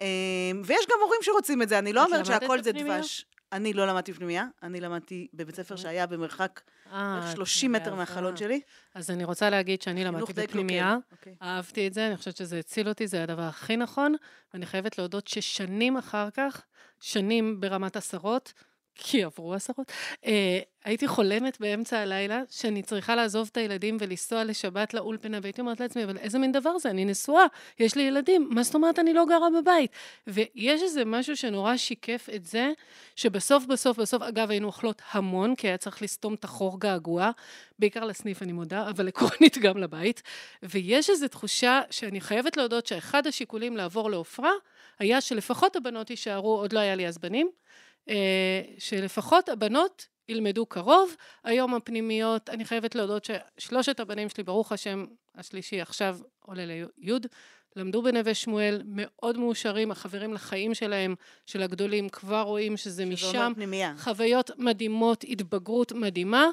ויש גם הורים שרוצים את זה, אני לא אומרת שהכל זה דבש. אני לא למדתי בפנימיה, אני למדתי בבית ספר שהיה במרחק שלושים מטר מהחלון שלי. אז אני רוצה להגיד שאני למדתי בפנימיה, אהבתי את זה, אני חושבת שזה הציל אותי, זה הדבר הכי נכון, ואני חייבת להודות ששנים אחר כך, שנים ברמת עשרות, כי עברו עשרות, הייתי חולמת באמצע הלילה, שאני צריכה לעזוב את הילדים ולנסוע לשבת לאולפנה, והייתי אומרת לעצמי, אבל איזה מין דבר זה? אני נשואה, יש לי ילדים, מה זאת אומרת אני לא גרה בבית? ויש איזה משהו שנורא שיקף את זה, שבסוף, בסוף, בסוף, אגב, היינו אוכלות המון, כי היה צריך לסתום את החור געגוע, בעיקר לסניף אני מודה, אבל עקרונית גם לבית, ויש איזו תחושה שאני חייבת להודות שאחד השיקולים לעבור לעופרה, היה שלפחות הבנות יישארו, עוד לא היה לי אז בנים, שלפחות הבנות ילמדו קרוב, היום הפנימיות, אני חייבת להודות ששלושת הבנים שלי, ברוך השם, השלישי עכשיו עולה ליוד, למדו בנווה שמואל, מאוד מאושרים, החברים לחיים שלהם, של הגדולים, כבר רואים שזה משם, חוויות מדהימות, התבגרות מדהימה,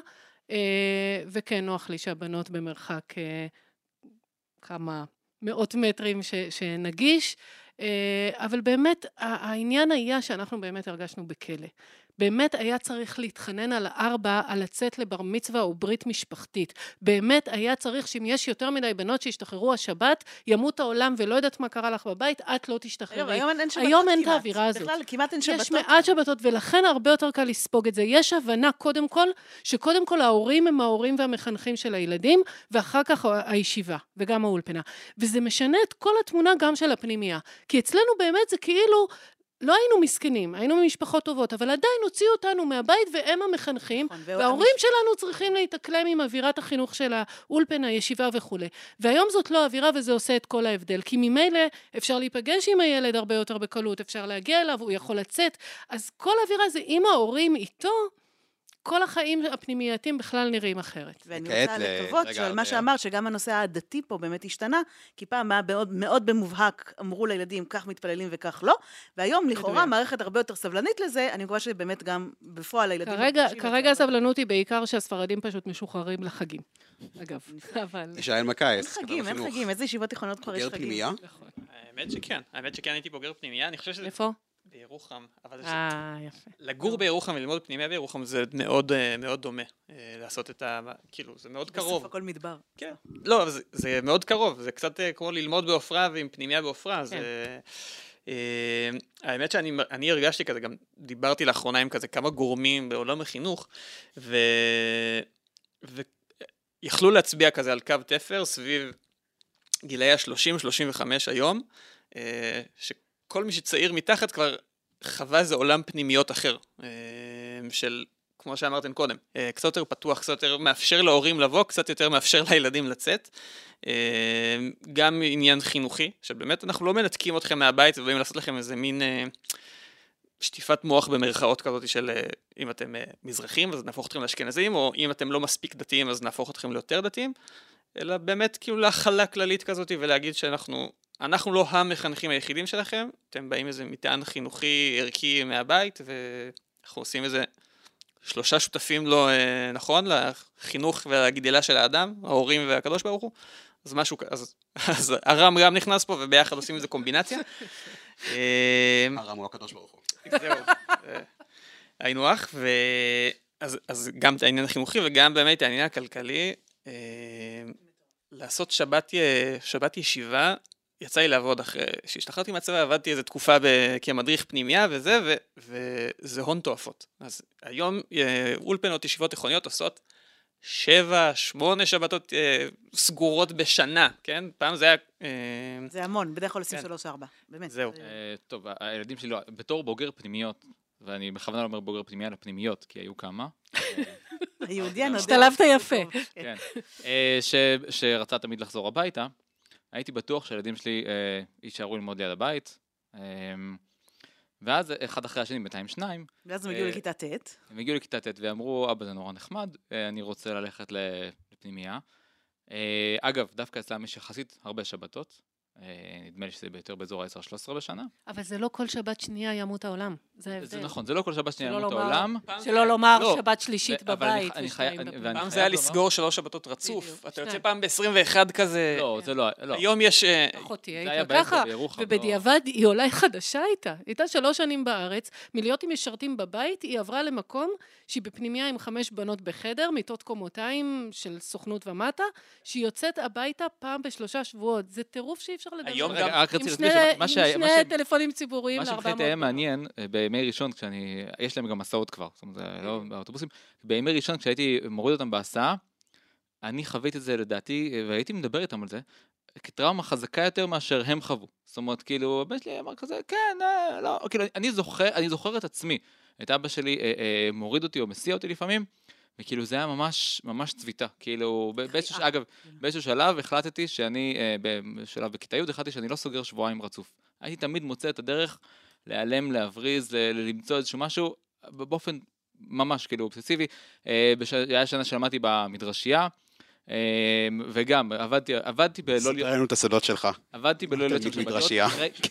וכן נוח לי שהבנות במרחק כמה מאות מטרים שנגיש, אבל באמת, העניין היה שאנחנו באמת הרגשנו בכלא. באמת היה צריך להתחנן על ארבע, על לצאת לבר מצווה או ברית משפחתית. באמת היה צריך שאם יש יותר מדי בנות שהשתחררו השבת, ימות העולם ולא יודעת מה קרה לך בבית, את לא תשתחררי. היום אין שבתות היום אין את כמעט. האווירה הזאת. בכלל, כמעט אין שבתות. יש מעט שבתות, ולכן הרבה יותר קל לספוג את זה. יש הבנה, קודם כל, שקודם כל ההורים הם ההורים והמחנכים של הילדים, ואחר כך הישיבה, וגם האולפנה. וזה משנה את כל התמונה גם של הפנימיה. כי אצלנו באמת זה כאילו, לא היינו מסכנים, היינו ממשפחות טובות, אבל עדיין הוציאו אותנו מהבית והם המחנכים, נכון, וההורים המש... שלנו צריכים להתאקלם עם אווירת החינוך של האולפן, הישיבה וכו'. והיום זאת לא אווירה וזה עושה את כל ההבדל, כי ממילא אפשר להיפגש עם הילד הרבה יותר בקלות, אפשר להגיע אליו, הוא יכול לצאת, אז כל האווירה זה עם ההורים איתו, כל החיים הפנימייתיים בכלל נראים אחרת. ואני רוצה לקוות שעל מה שאמר, שגם הנושא הדתי פה באמת השתנה, כי פעם היה מאוד, מאוד במובהק, אמרו לילדים, כך מתפללים וכך לא, והיום לכאורה מערכת הרבה יותר סבלנית לזה, אני מקווה שבאמת גם בפועל הילדים... כרגע, כרגע הסבלנות היא בעיקר שהספרדים פשוט משוחררים לחגים. אגב, אבל... ישאל מקייס. אין חגים, אין חגים, איזה ישיבות תיכונות כבר יש חגים. בוגר פנימיה? האמת שכן, האמת שכן הייתי בוגר פנימיה, אני חושב שזה... איפה? בירוחם, אבל אה, יפה. לגור בירוחם וללמוד פנימיה בירוחם זה מאוד מאוד דומה, לעשות את ה... כאילו, זה מאוד קרוב. בסוף הכל מדבר. כן. לא, אבל זה מאוד קרוב, זה קצת כמו ללמוד באופרה ועם פנימיה באופרה, זה... האמת שאני הרגשתי כזה, גם דיברתי לאחרונה עם כזה כמה גורמים בעולם החינוך, ויכלו להצביע כזה על קו תפר סביב גילאי ה-שלושים שלושים וחמש היום, שכל מי שצעיר מתחת כבר חווה איזה עולם פנימיות אחר, של, כמו שאמרתם קודם, קצת יותר פתוח, קצת יותר מאפשר להורים לבוא, קצת יותר מאפשר לילדים לצאת, גם עניין חינוכי, שבאמת אנחנו לא מנתקים אתכם מהבית, ובאים לעשות לכם איזה מין שטיפת מוח במרכאות כזאת של אם אתם מזרחים, אז נהפוך אתכם לאשכנזים, או אם אתם לא מספיק דתיים, אז נהפוך אתכם ליותר דתיים, אלא באמת כאילו להכלה כללית כזאת, ולהגיד שאנחנו אנחנו לא המחנכים היחידים שלכם, אתם באים איזה מטען חינוכי ערכי מהבית, ואנחנו עושים איזה שלושה שותפים לו, נכון, לחינוך והגדילה של האדם, ההורים והקדוש ברוך הוא, אז משהו, אז, אז הרם גם נכנס פה, וביחד עושים איזה קומבינציה. הרם הוא הקדוש ברוך הוא. זהו, היינו אח, אז, אז גם את העניין החינוכי, וגם באמת העניין הכלכלי, לעשות שבת, שבת ישיבה, יצא לי לעבוד אחרי שהשתחררתי מהצבא, עבדתי איזו תקופה כמדריך פנימיה וזה, ו, וזה הון תועפות. אז היום אולפנות ישיבות תיכוניות עושות שבע, שמונה שבתות סגורות בשנה, כן? פעם זה היה... זה המון, בדרך כלל עושים שלוש ארבע, באמת. זהו. טוב, הילדים שלי, בתור בוגר פנימיות, ואני בכוונה לא אומר בוגר פנימיה לפנימיות, כי היו כמה. היהודי הנודע. השתלבת יפה. כן. שרצה תמיד לחזור הביתה. הייתי בטוח שהילדים שלי אה, יישארו ללמוד ליד הבית, אה, ואז אחד אחרי השני, בינתיים שניים. ואז הם הגיעו אה, לכיתה ט'. הם הגיעו לכיתה ט' ואמרו, אבא זה נורא נחמד, אה, אני רוצה ללכת לפנימיה. אה, אגב, דווקא אצלם יש יחסית הרבה שבתות, אה, נדמה לי שזה יותר באזור ה-עשר שלוש עשרה בשנה. אבל זה לא כל שבת שנייה ימות העולם, זה ההבדל. זה נכון, זה לא כל שבת שנייה ימות העולם. שלא לומר שבת שלישית בבית. פעם זה היה לסגור שלוש שבתות רצוף, אתה יוצא פעם ב-עשרים ואחת כזה. לא, זה לא. היום יש... אחותי הייתה ככה, ובדיעבד היא אולי חדשה הייתה. הייתה שלוש שנים בארץ, מלהיות עם משרתים בבית, היא עברה למקום שהיא בפנימיה עם חמש בנות בחדר, מיטות קומותיים של סוכנות ומטה, שהיא יוצאת הביתה פעם בשלושה שבועות. זה טירוף שאי אפשר לדבר. היום גם... עם שני טלפונים ציבוריים ל-ארבע מאות. מה שחייתי היה מעניין, בימי ראשון, כשאני, יש להם גם מסעות כבר, זאת אומרת, זה לא באוטובוסים, בימי ראשון, כשהייתי מוריד אותם בהסעה, אני חוויתי את זה לדעתי, והייתי מדבר איתם על זה, כטראומה חזקה יותר מאשר הם חוו. זאת אומרת, כאילו, הבן שלי אמר כזה, כן, לא, כאילו, אני זוכר, אני זוכר את עצמי, את אבא שלי מוריד אותי או מסיע אותי לפעמים, וכאילו זה היה ממש, ממש צביטה, כאילו, באיזשהו, אגב, באיזשהו שלב החלטתי שאני, בשלב בכיתה י' החלטתי שאני לא סוגר שבועיים רצוף. הייתי תמיד מוצא את הדרך להיעלם, להבריז, למצוא איזשהו משהו, באופן ממש כאילו אובססיבי. היה שנה שלמדתי במדרשייה, וגם עבדתי, עבדתי בלא... ספר לנו את הסודות שלך. עבדתי בלא להיות של מדרשייה.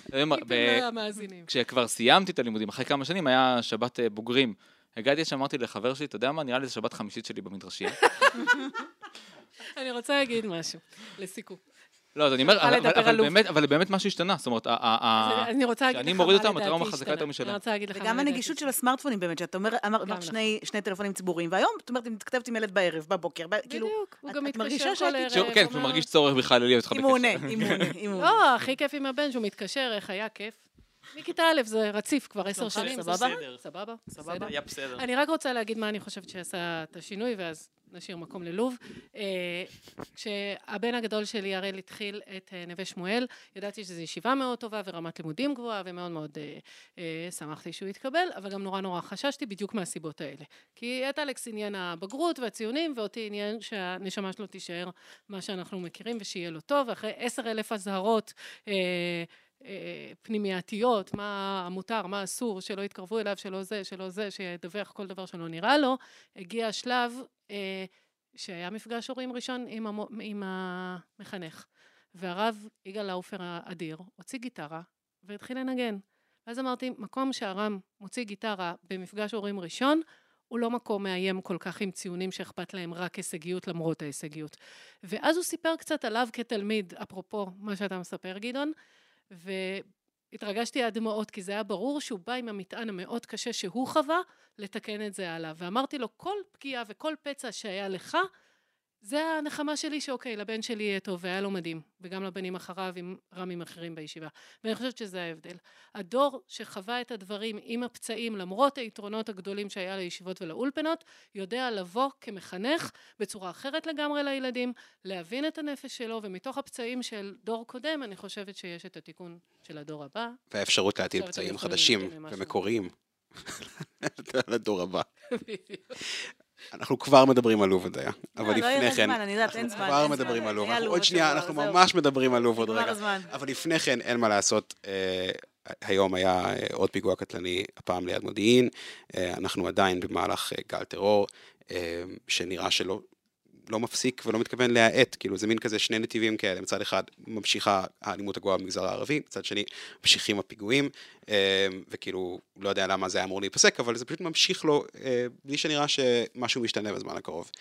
כשכבר סיימתי את הלימודים, אחרי כמה שנים היה שבת בוגרים. הגעתי שאמרתי לחבר שלי, אתה יודע מה, נראה לי זה שבת חמישית שלי במדרשייה. אני רוצה להגיד משהו, לסיכום. לא, אז אני אומר, צריכה אבל- לדבר אבל על לוב. באמת- אבל באמת משהו השתנה, זאת אומרת, ה- ה- אז אני רוצה להגיד לך כשאני מה מוריד אותם, לדעתי הטראומה חזקה השתנה. יותר משלה. אני רוצה להגיד לך מה וגם לדעתי הנגישות של השתנה. הסמארטפונים באמת, שאת אומר- אמר- אמרת נכון. שני שני טלפונים ציבוריים, והיום, זאת אומרת, אם מתכתבת עם ילד בערב, בבוקר, ב- כאילו, בדיוק, הוא את- גם את מתקשר מרגישה כל שאת- ערב. שהוא- כן, אומר- כשהוא מרגיש צורך בכלל להיות איתך אם הוא עונה, בקשר. אם הוא עונה, אם הוא עונה. לא, הכי כיף עם הבן שהוא מתקשר, איך היה כיף. מכיתה א' זה רציף כבר עשר שלומך שנים, בסדר. סבבה? סבבה? סבבה. היה בסדר. אני רק רוצה להגיד מה אני חושבת שעשה את השינוי, ואז נשאיר מקום ללוב. אה, כשהבן הגדול שלי, הראל, התחיל את אה, נווה שמואל, ידעתי שזו ישיבה מאוד טובה ורמת לימודים גבוהה, ומאוד מאוד אה, אה, שמחתי שהוא יתקבל, אבל גם נורא נורא חששתי בדיוק מהסיבות האלה. כי את אלכס עניין הבגרות והציונים, ואותי עניין שהנשמה שלו תישאר מה שאנחנו מכירים, ושיהיה לו טוב, ואחרי עשר אלף אזהרות, אה, פנימייתיות, מה מותר, מה אסור, שלא יתקרבו אליו, שלא זה, שלא זה, שידווח כל דבר שלא נראה לו, הגיע השלב אה, שהיה מפגש הורים ראשון עם, המו, עם המחנך. והרב יגאל לאופר האדיר הוציא גיטרה והתחיל לנגן. ואז אמרתי, מקום שהרם מוציא גיטרה במפגש הורים ראשון, הוא לא מקום מאיים כל כך עם ציונים שאכפת להם רק הישגיות למרות ההישגיות. ואז הוא סיפר קצת עליו כתלמיד, אפרופו מה שאתה מספר גדעון, והתרגשתי עד דמעות, כי זה היה ברור שהוא בא עם המטען המאוד קשה שהוא חווה, לתקן את זה עליו. ואמרתי לו, כל פגיעה וכל פצע שהיה לך, זה הנחמה שלי שאוקיי, לבן שלי יהיה טוב, והיה לו מדהים, וגם לבנים אחריו עם רמים אחרים בישיבה. ואני חושבת שזה ההבדל. הדור שחווה את הדברים עם הפצעים, למרות היתרונות הגדולים שהיה לישיבות ולאולפנות, יודע לבוא כמחנך בצורה אחרת לגמרי לילדים, להבין את הנפש שלו, ומתוך הפצעים של דור קודם, אני חושבת שיש את התיקון של הדור הבא. והאפשרות להטיל עכשיו אתם פצעים יכולים חדשים להגיד ממשהו. ומקוריים. לדור הבא. אנחנו כבר מדברים על לוב עוד היה, אבל לא יהיה לפני כן, זמן, אני יודעת, אין אנחנו זמן, כבר אין מדברים זמן. על לוב, היה אנחנו לוב עוד שנייה, השבוע, אנחנו זהו. ממש מדברים על לוב עוד נגמר רגע, הזמן. אבל לפני כן אין מה לעשות, אה, היום היה אה, עוד פיגוע קטלני, הפעם ליד מודיעין, אה, אנחנו עדיין במהלך אה, גל טרור, אה, שנראה שלא לא מפסיק ולא מתכוון להאט, כאילו זה מין כזה שני נתיבים כאלה, מצד אחד ממשיכה האלימות הגואה במגזר הערבי, מצד שני ממשיכים הפיגועים, וכאילו לא יודע למה זה היה אמור להיפסק, אבל זה פשוט ממשיך לו, בלי שנראה שמשהו משתנה בזמן הקרוב.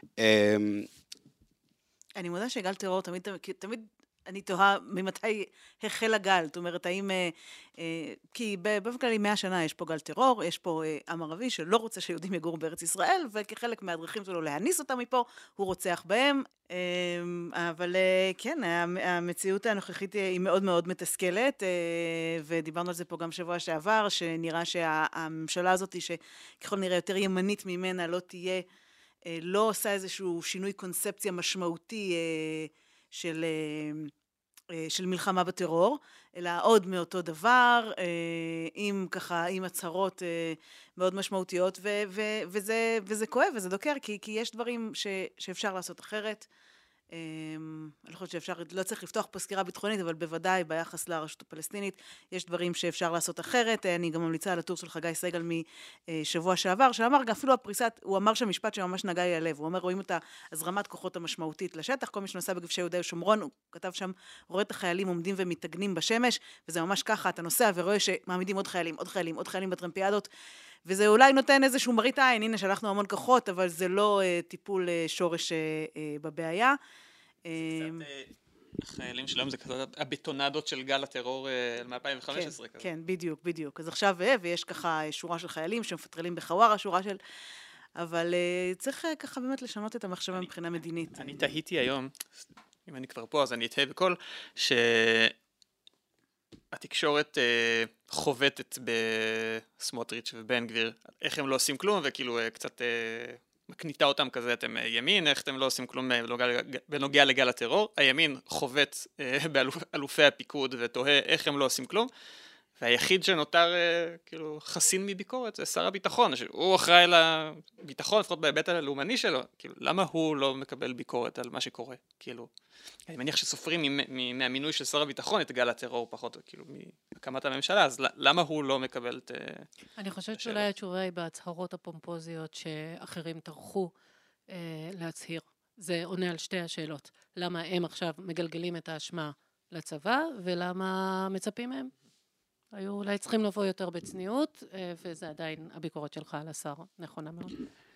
אני מודה שגל טרור תמיד, תמיד אני תוהה ממתי החל הגל, זאת אומרת, האם, אה, אה, כי באופן כללי מאה שנה יש פה גל טרור, יש פה אה, עם ערבי שלא רוצה שיהודים יגורו בארץ ישראל, וכחלק מהדרכים שלו להניס אותם מפה, הוא רוצח בהם, אה, אבל אה, כן, המציאות הנוכחית היא מאוד מאוד מתסכלת, אה, ודיברנו על זה פה גם שבוע שעבר, שנראה שהממשלה הזאת, שככל נראה יותר ימנית ממנה, לא תהיה, אה, לא עושה איזשהו שינוי קונספציה משמעותי, אה, של, של מלחמה בטרור, אלא עוד מאותו דבר, עם ככה, עם הצהרות מאוד משמעותיות, ו, ו, וזה, וזה כואב וזה דוקר, כי, כי יש דברים ש, שאפשר לעשות אחרת. אני חושבת שאפשר, לא צריך לפתוח פה סקירה ביטחונית, אבל בוודאי ביחס לרשות הפלסטינית, יש דברים שאפשר לעשות אחרת. אני גם ממליצה על הטור של חגי סגל משבוע שעבר, שאמר, אפילו הפריסת, הוא אמר שהמשפט שממש נגע לי הלב, הוא אומר, רואים את הזרמת כוחות המשמעותית לשטח, כל מי שנוסע בכבישי יהודה ושומרון, הוא כתב שם, רואה את החיילים עומדים ומתגנים בשמש, וזה ממש ככה, אתה נוסע ורואה שמעמידים עוד חיילים, עוד חיילים, עוד חיילים בטרמפיאדות, וזה אולי נותן איזשהו מראית עין, הנה שלחנו המון כוחות, אבל זה לא uh, טיפול uh, שורש uh, בבעיה. החיילים שלהם זה כזה הבטונדות של גל הטרור מ-אלפיים וחמש עשרה. כן, כן, בדיוק, בדיוק. אז עכשיו, ויש ככה שורה של חיילים שמפטרלים בחווארה, שורה של... אבל uh, צריך uh, ככה באמת לשנות את המחשבה מבחינה מדינית. אני תהיתי היום, אם אני כבר פה אז אני אתהה בכל, שהתקשורת uh, חובטת בסמוטריץ' ובן גביר, איך הם לא עושים כלום, וכאילו uh, קצת uh, מקניתה אותם כזה, אתם ימין, איך אתם לא עושים כלום בנוגע, בנוגע לגל הטרור, הימין חובט uh, באלופי הפיקוד ותוהה איך הם לא עושים כלום, והיחיד שנותר uh, כאילו חסין מביקורת זה שר הביטחון, שהוא אחראי לביטחון, לפחות בהיבט הלאומני שלו, כאילו למה הוא לא מקבל ביקורת על מה שקורה, כאילו, אני מניח שסופרים מהמינוי של שר הביטחון את גל הטרור פחות, כאילו מהקמת הממשלה, אז למה הוא לא מקבל את... אני חושבת שאולי התשובה היא בהצהרות הפומפוזיות שאחרים טרחו אה, להצהיר, זה עונה על שתי השאלות, למה הם עכשיו מגלגלים את האשמה לצבא, ולמה מצפים מהם? היו אולי צריכים לבוא יותר בצניעות, וזה עדיין הביקורת שלך על השר, נכונה מאוד.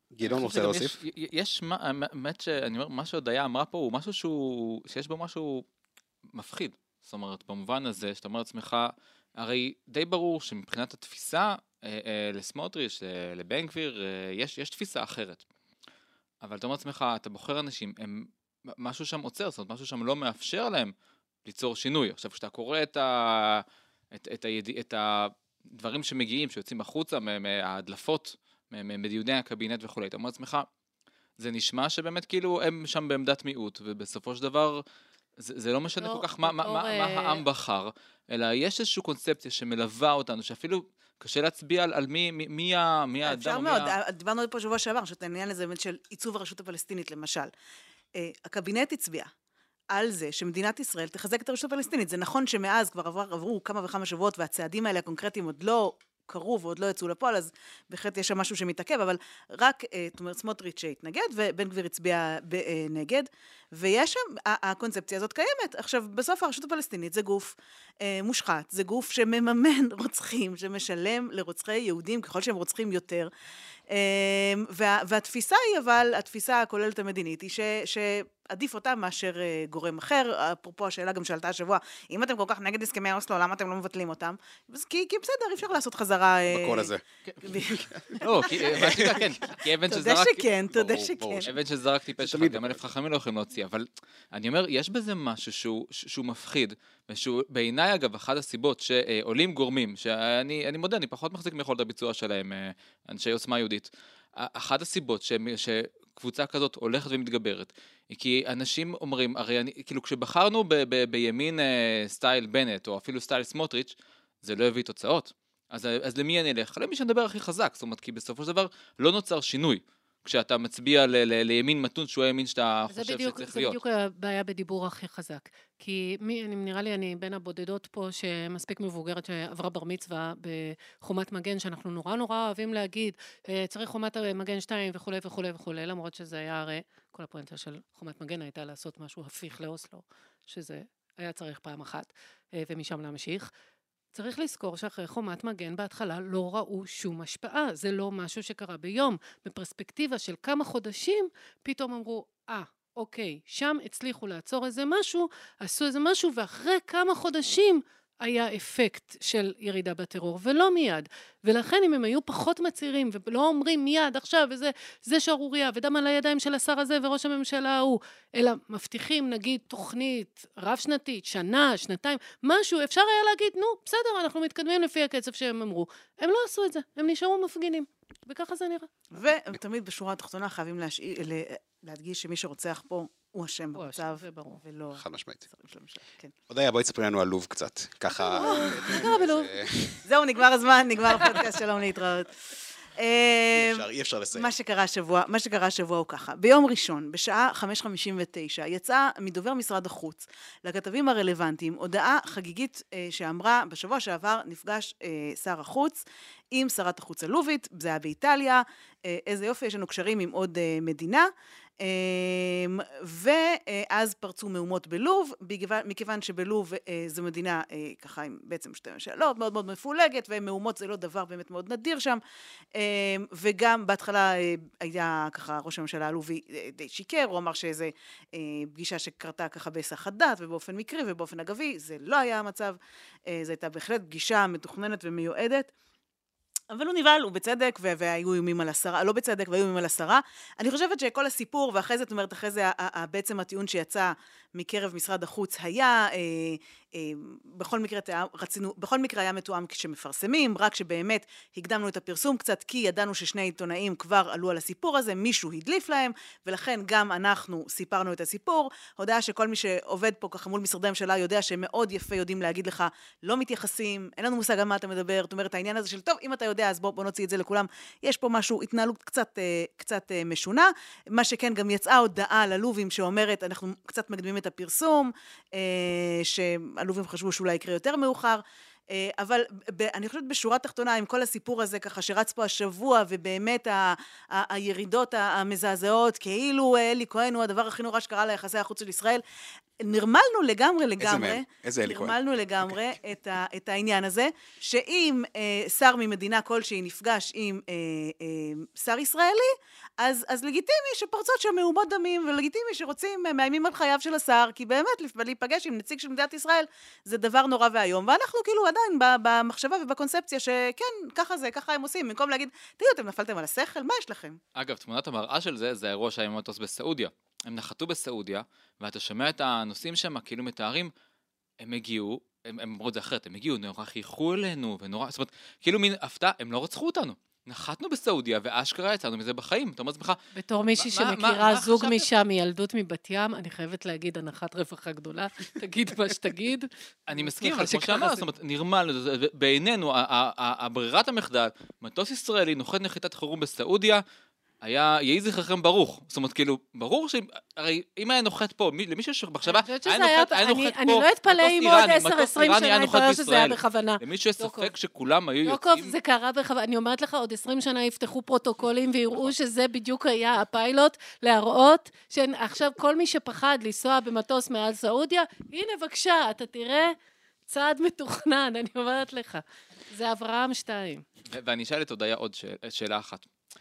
גדעון רוצה להוסיף? יש, האמת שאני אומר, מה שהודיה אמרה פה הוא משהו שהוא, שיש בו משהו מפחיד. זאת אומרת, במובן הזה, שאתה אומר לעצמך, הרי די ברור שמבחינת התפיסה, לסמוטריץ', לבן גביר, יש, יש תפיסה אחרת. אבל אתה אומר לעצמך, אתה בוחר אנשים, הם, משהו שם עוצר, זאת אומרת, משהו שם לא מאפשר להם ליצור שינוי. עכשיו, כשאתה קורא את, ה, את, את, היד, את הדברים שמגיעים, שיוצאים החוצה, מההדלפות, מדיוני הקבינט וכו', אתה אומר לעצמך, זה נשמע שבאמת כאילו הם שם בעמדת מיעוט, ובסופו של דבר, זה, זה לא משנה כל כך מה, מה, מה, מה העם בחר, אלא יש איזושהי קונספציה שמלווה אותנו, שאפילו קשה להצביע על, על מי, מי, מי, מי האדם. אפשר מאוד, דיברנו פה שבוע שעבר, שאתה עניין לזה באמת של עיצוב הרשות הפלסטינית, למשל. הקבינט הצביע על זה שמדינת ישראל תחזק את הרשות הפלסטינית. זה נכון שמאז כבר עבר, עברו כמה וכמה שבועות, והצעדים האלה הקונקרטיים עוד לא קרו ועוד לא יצאו לפועל, אז בהחלט יש שם משהו שמתעכב, אבל רק, זאת אומרת, סמוטריץ' התנגד, ובן גביר הצביע נגד, ויש שם, הקונספציה הזאת קיימת. עכשיו, בסוף הרשות הפלסטינית זה גוף מושחת, זה גוף שמממן רוצחים, שמשלם לרוצחי יהודים ככל שהם רוצחים יותר, וה, והתפיסה היא, אבל התפיסה הכוללת המדינית היא ש, שעדיף אותה מאשר גורם אחר. אפרופו השאלה גם שאלתה השבוע, אם אתם כל כך נגד הסכמי אוסלו, למה אתם לא מבטלים אותם? כי, כי בסדר, אפשר לעשות חזרה... בקול הזה. לא, כן, כי אבן שזרק... תודה שכן, תודה שכן. אבן שזרק טיפש אחד, גם אלף חכמים לא יכולים להוציא, אבל אני אומר, יש בזה משהו שהוא, שהוא מפחיד, ושהוא בעיניי אגב, אחת הסיבות שעולים גורמים, שאני אני מודה, אני פחות מחזיק מיכולת הביצוע שלהם, אנשי עוצמה יהודית. אחת הסיבות שקבוצה כזאת הולכת ומתגברת, היא כי אנשים אומרים, הרי אני, כאילו כשבחרנו ב, ב, בימין סטייל בנט, או אפילו סטייל סמוטריץ', זה לא הביא תוצאות. אז, אז למי אני אלך? למי שנדבר הכי חזק, זאת אומרת, כי בסופו של דבר לא נוצר שינוי. כשאתה מצביע ל- ל- לימין מתון, שהוא הימין שאתה חושב בדיוק, שצריך זה להיות. זה בדיוק הבעיה בדיבור הכי חזק. כי מי, אני, נראה לי אני בין הבודדות פה שמספיק מבוגרת שעברה בר מצווה בחומת מגן, שאנחנו נורא נורא אוהבים להגיד, צריך חומת מגן שתיים וכו' וכו' וכו', למרות שזה היה הרי, כל הפואנטה של חומת מגן הייתה לעשות משהו הפיך לאוסלו, שזה היה צריך פעם אחת, ומשם להמשיך. צריך לזכור שאחרי חומת מגן בהתחלה לא ראו שום השפעה, זה לא משהו שקרה ביום. בפרספקטיבה של כמה חודשים, פתאום אמרו, אה, אוקיי, שם הצליחו לעצור איזה משהו, עשו איזה משהו, ואחרי כמה חודשים היה אפקט של ירידה בטרור, ולא מיד. ולכן אם הם היו פחות מצעירים, ולא אומרים מיד עכשיו, וזה זה שערוריה, ודם על הידיים של השר הזה וראש הממשלה ההוא, אלא מבטיחים נגיד תוכנית רב שנתית, שנה, שנתיים, משהו, אפשר היה להגיד, נו, בסדר, אנחנו מתקדמים לפי הקצב שהם אמרו. הם לא עשו את זה, הם נשארו מפגינים. וככה זה נראה. ותמיד בשורה התחתונה חייבים להשאיר, להדגיש שמי שרוצח פה הוא השם במצב, ולא... חד משמעית. כן. הודיה, בואי תספרי לנו על לוב קצת. ככה... מה קרה בלוב? זהו, נגמר הזמן, נגמר הפודקאסט, שלום להתראות. אי אפשר לסיים. מה שקרה השבוע, מה שקרה השבוע הוא ככה. ביום ראשון, בשעה חמש חמישים ותשע, יצאה מדובר משרד החוץ לכתבים הרלוונטיים, הודעה חגיגית שאמרה, בשבוע שעבר נפגש שר החוץ עם שרת החוץ הלובית, זה היה באיטליה, איזה יופי, יש לנו קשרים עם עוד מדינה, ואז פרצו מהומות בלוב, מכיוון שבלוב זו מדינה ככה עם בעצם שתי ממשלות מאוד מאוד מפולגת, ומהומות זה לא דבר באמת מאוד נדיר שם, וגם בהתחלה היה ככה ראש הממשלה הלובי די שיקר, הוא אמר שזה פגישה שקרתה ככה בהיסח הדעת ובאופן מקרי ובאופן אגבי, זה לא היה המצב, זו הייתה בהחלט פגישה מתוכננת ומיועדת, אבל הוא נבהל, הוא בצדק, והיו איומים על השרה, לא בצדק, והיו איומים על השרה. אני חושבת שכל הסיפור, ואחרי זה, זאת אומרת, אחרי זה, בעצם הטיעון שיצא מקרב משרד החוץ היה, בכל מקרה, רצינו, בכל מקרה היה מתואם כשמפרסמים, רק שבאמת הקדמנו את הפרסום קצת, כי ידענו ששני עיתונאים כבר עלו על הסיפור הזה, מישהו הדליף להם, ולכן גם אנחנו סיפרנו את הסיפור. הודעה שכל מי שעובד פה ככה מול משרדי הממשלה יודע שמאוד יפה יודעים להגיד לך, לא מתייחסים, אין לנו מושג על מה אתה מדבר, זאת אומרת, העניין הזה של טוב, אם אתה יודע, אז בוא, בוא נוציא את זה לכולם. יש פה משהו, התנהלות קצת, קצת משונה. מה שכן, גם יצאה הודעה ללובים שאומרת, אנחנו קצת מקדמים את הפרסום, שהלובים חשבו שאולי יקרה יותר מאוחר. אבל אני חושבת בשורה תחתונה, עם כל הסיפור הזה ככה שרץ פה השבוע, ובאמת ה- ה- הירידות המזעזעות, כאילו אלי כהן הוא הדבר הכי נורא שקרה ליחסי החוץ של ישראל, נרמלנו לגמרי לגמרי, איזה, איזה אלי כהן? נרמלנו לגמרי את, ה, את העניין הזה, שאם אה, שר ממדינה כלשהי נפגש עם אה, אה, שר ישראלי, אז, אז לגיטימי שפרצות שם מהומות דמים, ולגיטימי שרוצים, אה, מאיימים על חייו של השר, כי באמת להיפגש עם נציג של מדינת ישראל, זה דבר נורא והיום, ואנחנו כאילו עדיין במחשבה ובקונספציה שכן, ככה זה, ככה הם עושים, במקום להגיד, תראו, אתם נפלתם על השכל, מה יש לכם? אגב, תמונת המראה של זה, זה האירוע שהיה עם המטוס בסעודיה. הם נחתו בסעודיה, ואתה שומע את הנושאים שם, כאילו מתארים, הם הגיעו, הם, הם אמרו את זה אחרת, הם הגיעו, נורא חייכו אלינו, ונורא, זאת אומרת, כאילו מין הפתעה, הם לא רצחו אותנו. נחתנו בסעודיה, ואשכרה יצאנו מזה בחיים. אתה אומר לעצמך, בתור מישהי שמכירה זוג משם, מילדות מבת ים, אני חייבת להגיד, הנחת רווחה גדולה, תגיד מה שתגיד. אני מסכים, אבל כמו שאמר, זאת אומרת, נרמל, בעינינו, הברירת המחדל, מטוס ישראלי, נוחת נחיתת חירום בסעודיה, היה, יהי זכרכם ברוך. זאת אומרת, כאילו, ברור שהרי אם היה נוחת פה, למישהו שבחשבה, היה נוחת פה, אני לא אתפלא אם עוד עשר עשרים שנה יתברר שזה היה בכוונה. למישהו יש ספק שכולם היו יוצאים... יוקוב, זה קרה בכוונה. אני אומרת לך, עוד עשרים שנה יפתחו פרוטוקולים ויראו שזה בדיוק היה הפיילוט, להראות שעכשיו כל מי שפחד לנסוע במטוס מעל סעודיה, הנה בבקשה, אתה תראה צעד מתוכנן, אני אומרת לך. זה אברהם שתיים. ואני אשאל את הודיה עוד שאלה אחת.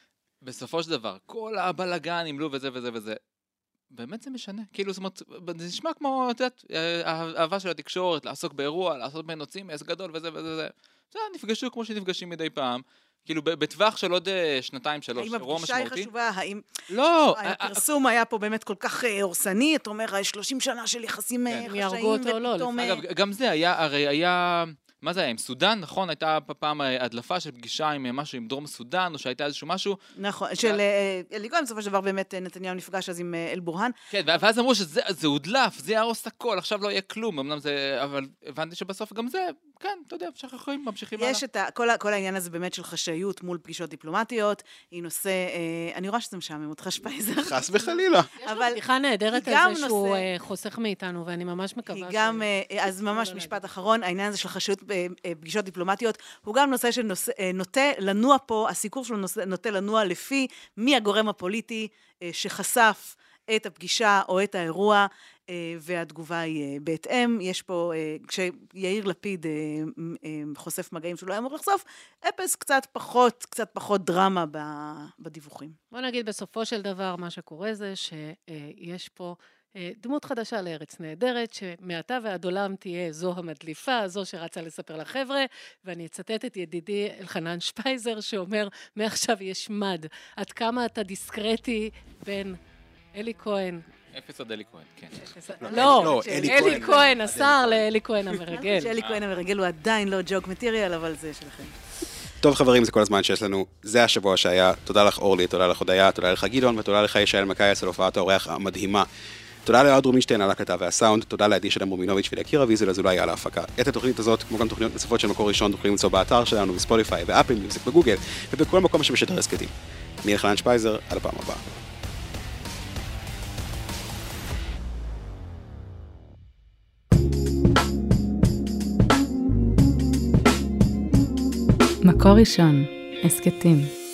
בסופו של דבר, כל הבלגן, נמלו וזה וזה וזה, באמת זה משנה. כאילו, זאת אומרת, זה נשמע כמו, את יודעת, האהבה של התקשורת, לעסוק באירוע, לעשות מנוצים, עס גדול וזה וזה וזה. זה, נפגשו כמו שנפגשים מדי פעם, כאילו, בטווח של עוד שנתיים, שלוש, אירוע משמעותי. האם הפגישה היא חשובה? האם... לא! הפרסום היה פה באמת כל כך הורסני, אתה אומר, שלושים שנה של יחסים חשאיים, ופתאום... אגב, גם זה היה, הרי היה... מה זה היה? עם סודן, נכון? הייתה פעם הדלפה של פגישה עם משהו עם דרום סודן, או שהייתה איזשהו משהו. נכון, של אלי כהן, בסופו של דבר באמת נתניהו נפגש אז עם אל בורהן. כן, ואז אמרו שזה הודלף, זה יהרוס הכל, עכשיו לא יהיה כלום, אמנם זה, אבל הבנתי שבסוף גם זה, כן, אתה יודע, שכחים, ממשיכים הלאה. יש את כל העניין הזה באמת של חשאיות מול פגישות דיפלומטיות, היא נושא, אני רואה שזה משעמם אותך שפייזר. חס וחלילה. יש לו בדיחה נהדרת על זה שהוא חוסך מאיתנו, ואני ממש מקווה ש... גם, אז ממש משפט אחרון, העניין הזה של חשאיות פגישות דיפלומטיות, הוא גם נושא שנוטה לנוע פה, הסיקור שלו נוטה לנוע לפי מי הגורם הפוליטי שחשף את הפגישה או את האירוע, והתגובה היא בהתאם. יש פה, כשיאיר לפיד חושף מגעים שהוא לא אמור לחשוף, אפס קצת פחות, קצת פחות דרמה בדיווחים. בוא נגיד, בסופו של דבר, מה שקורה זה שיש פה דמות חדשה לארץ נהדרת, שמעתה ועד עולם תהיה זו המדליפה, זו שרצה לספר לחבר'ה, ואני אצטט את ידידי אלחנן שפייזר, שאומר, מעכשיו יש מד, עד כמה אתה דיסקרטי בין אלי כהן. אפס עד אלי כהן, כן. לא, אלי כהן, השר לאלי כהן המרגל. שאלי כהן המרגל הוא עדיין לא ג'וק מטריאל, אבל זה שלכם. טוב חברים, זה כל הזמן שיש לנו, זה השבוע שהיה, תודה לך אורלי, תודה לך הודיה, תודה לך גדעון, ותודה לך ישעיאל מקייס על הופעת האורח המדהימה. תודה לאוהד רובינשטיין על ההקלטה והסאונד, תודה לעדי שלם רובינוביץ' ולקירה ויזל אזולאי על ההפקה. את התוכנית הזאת, כמו גם תוכניות נוספות של מקור ראשון, תוכלו למצוא באתר שלנו, בספוטיפיי, באפל מיוזיק, בגוגל, ובכל מקום שמשדר הסקטים. אני אלחנן שפייזר, עד הפעם הבאה. מקור ראשון, הסקטים.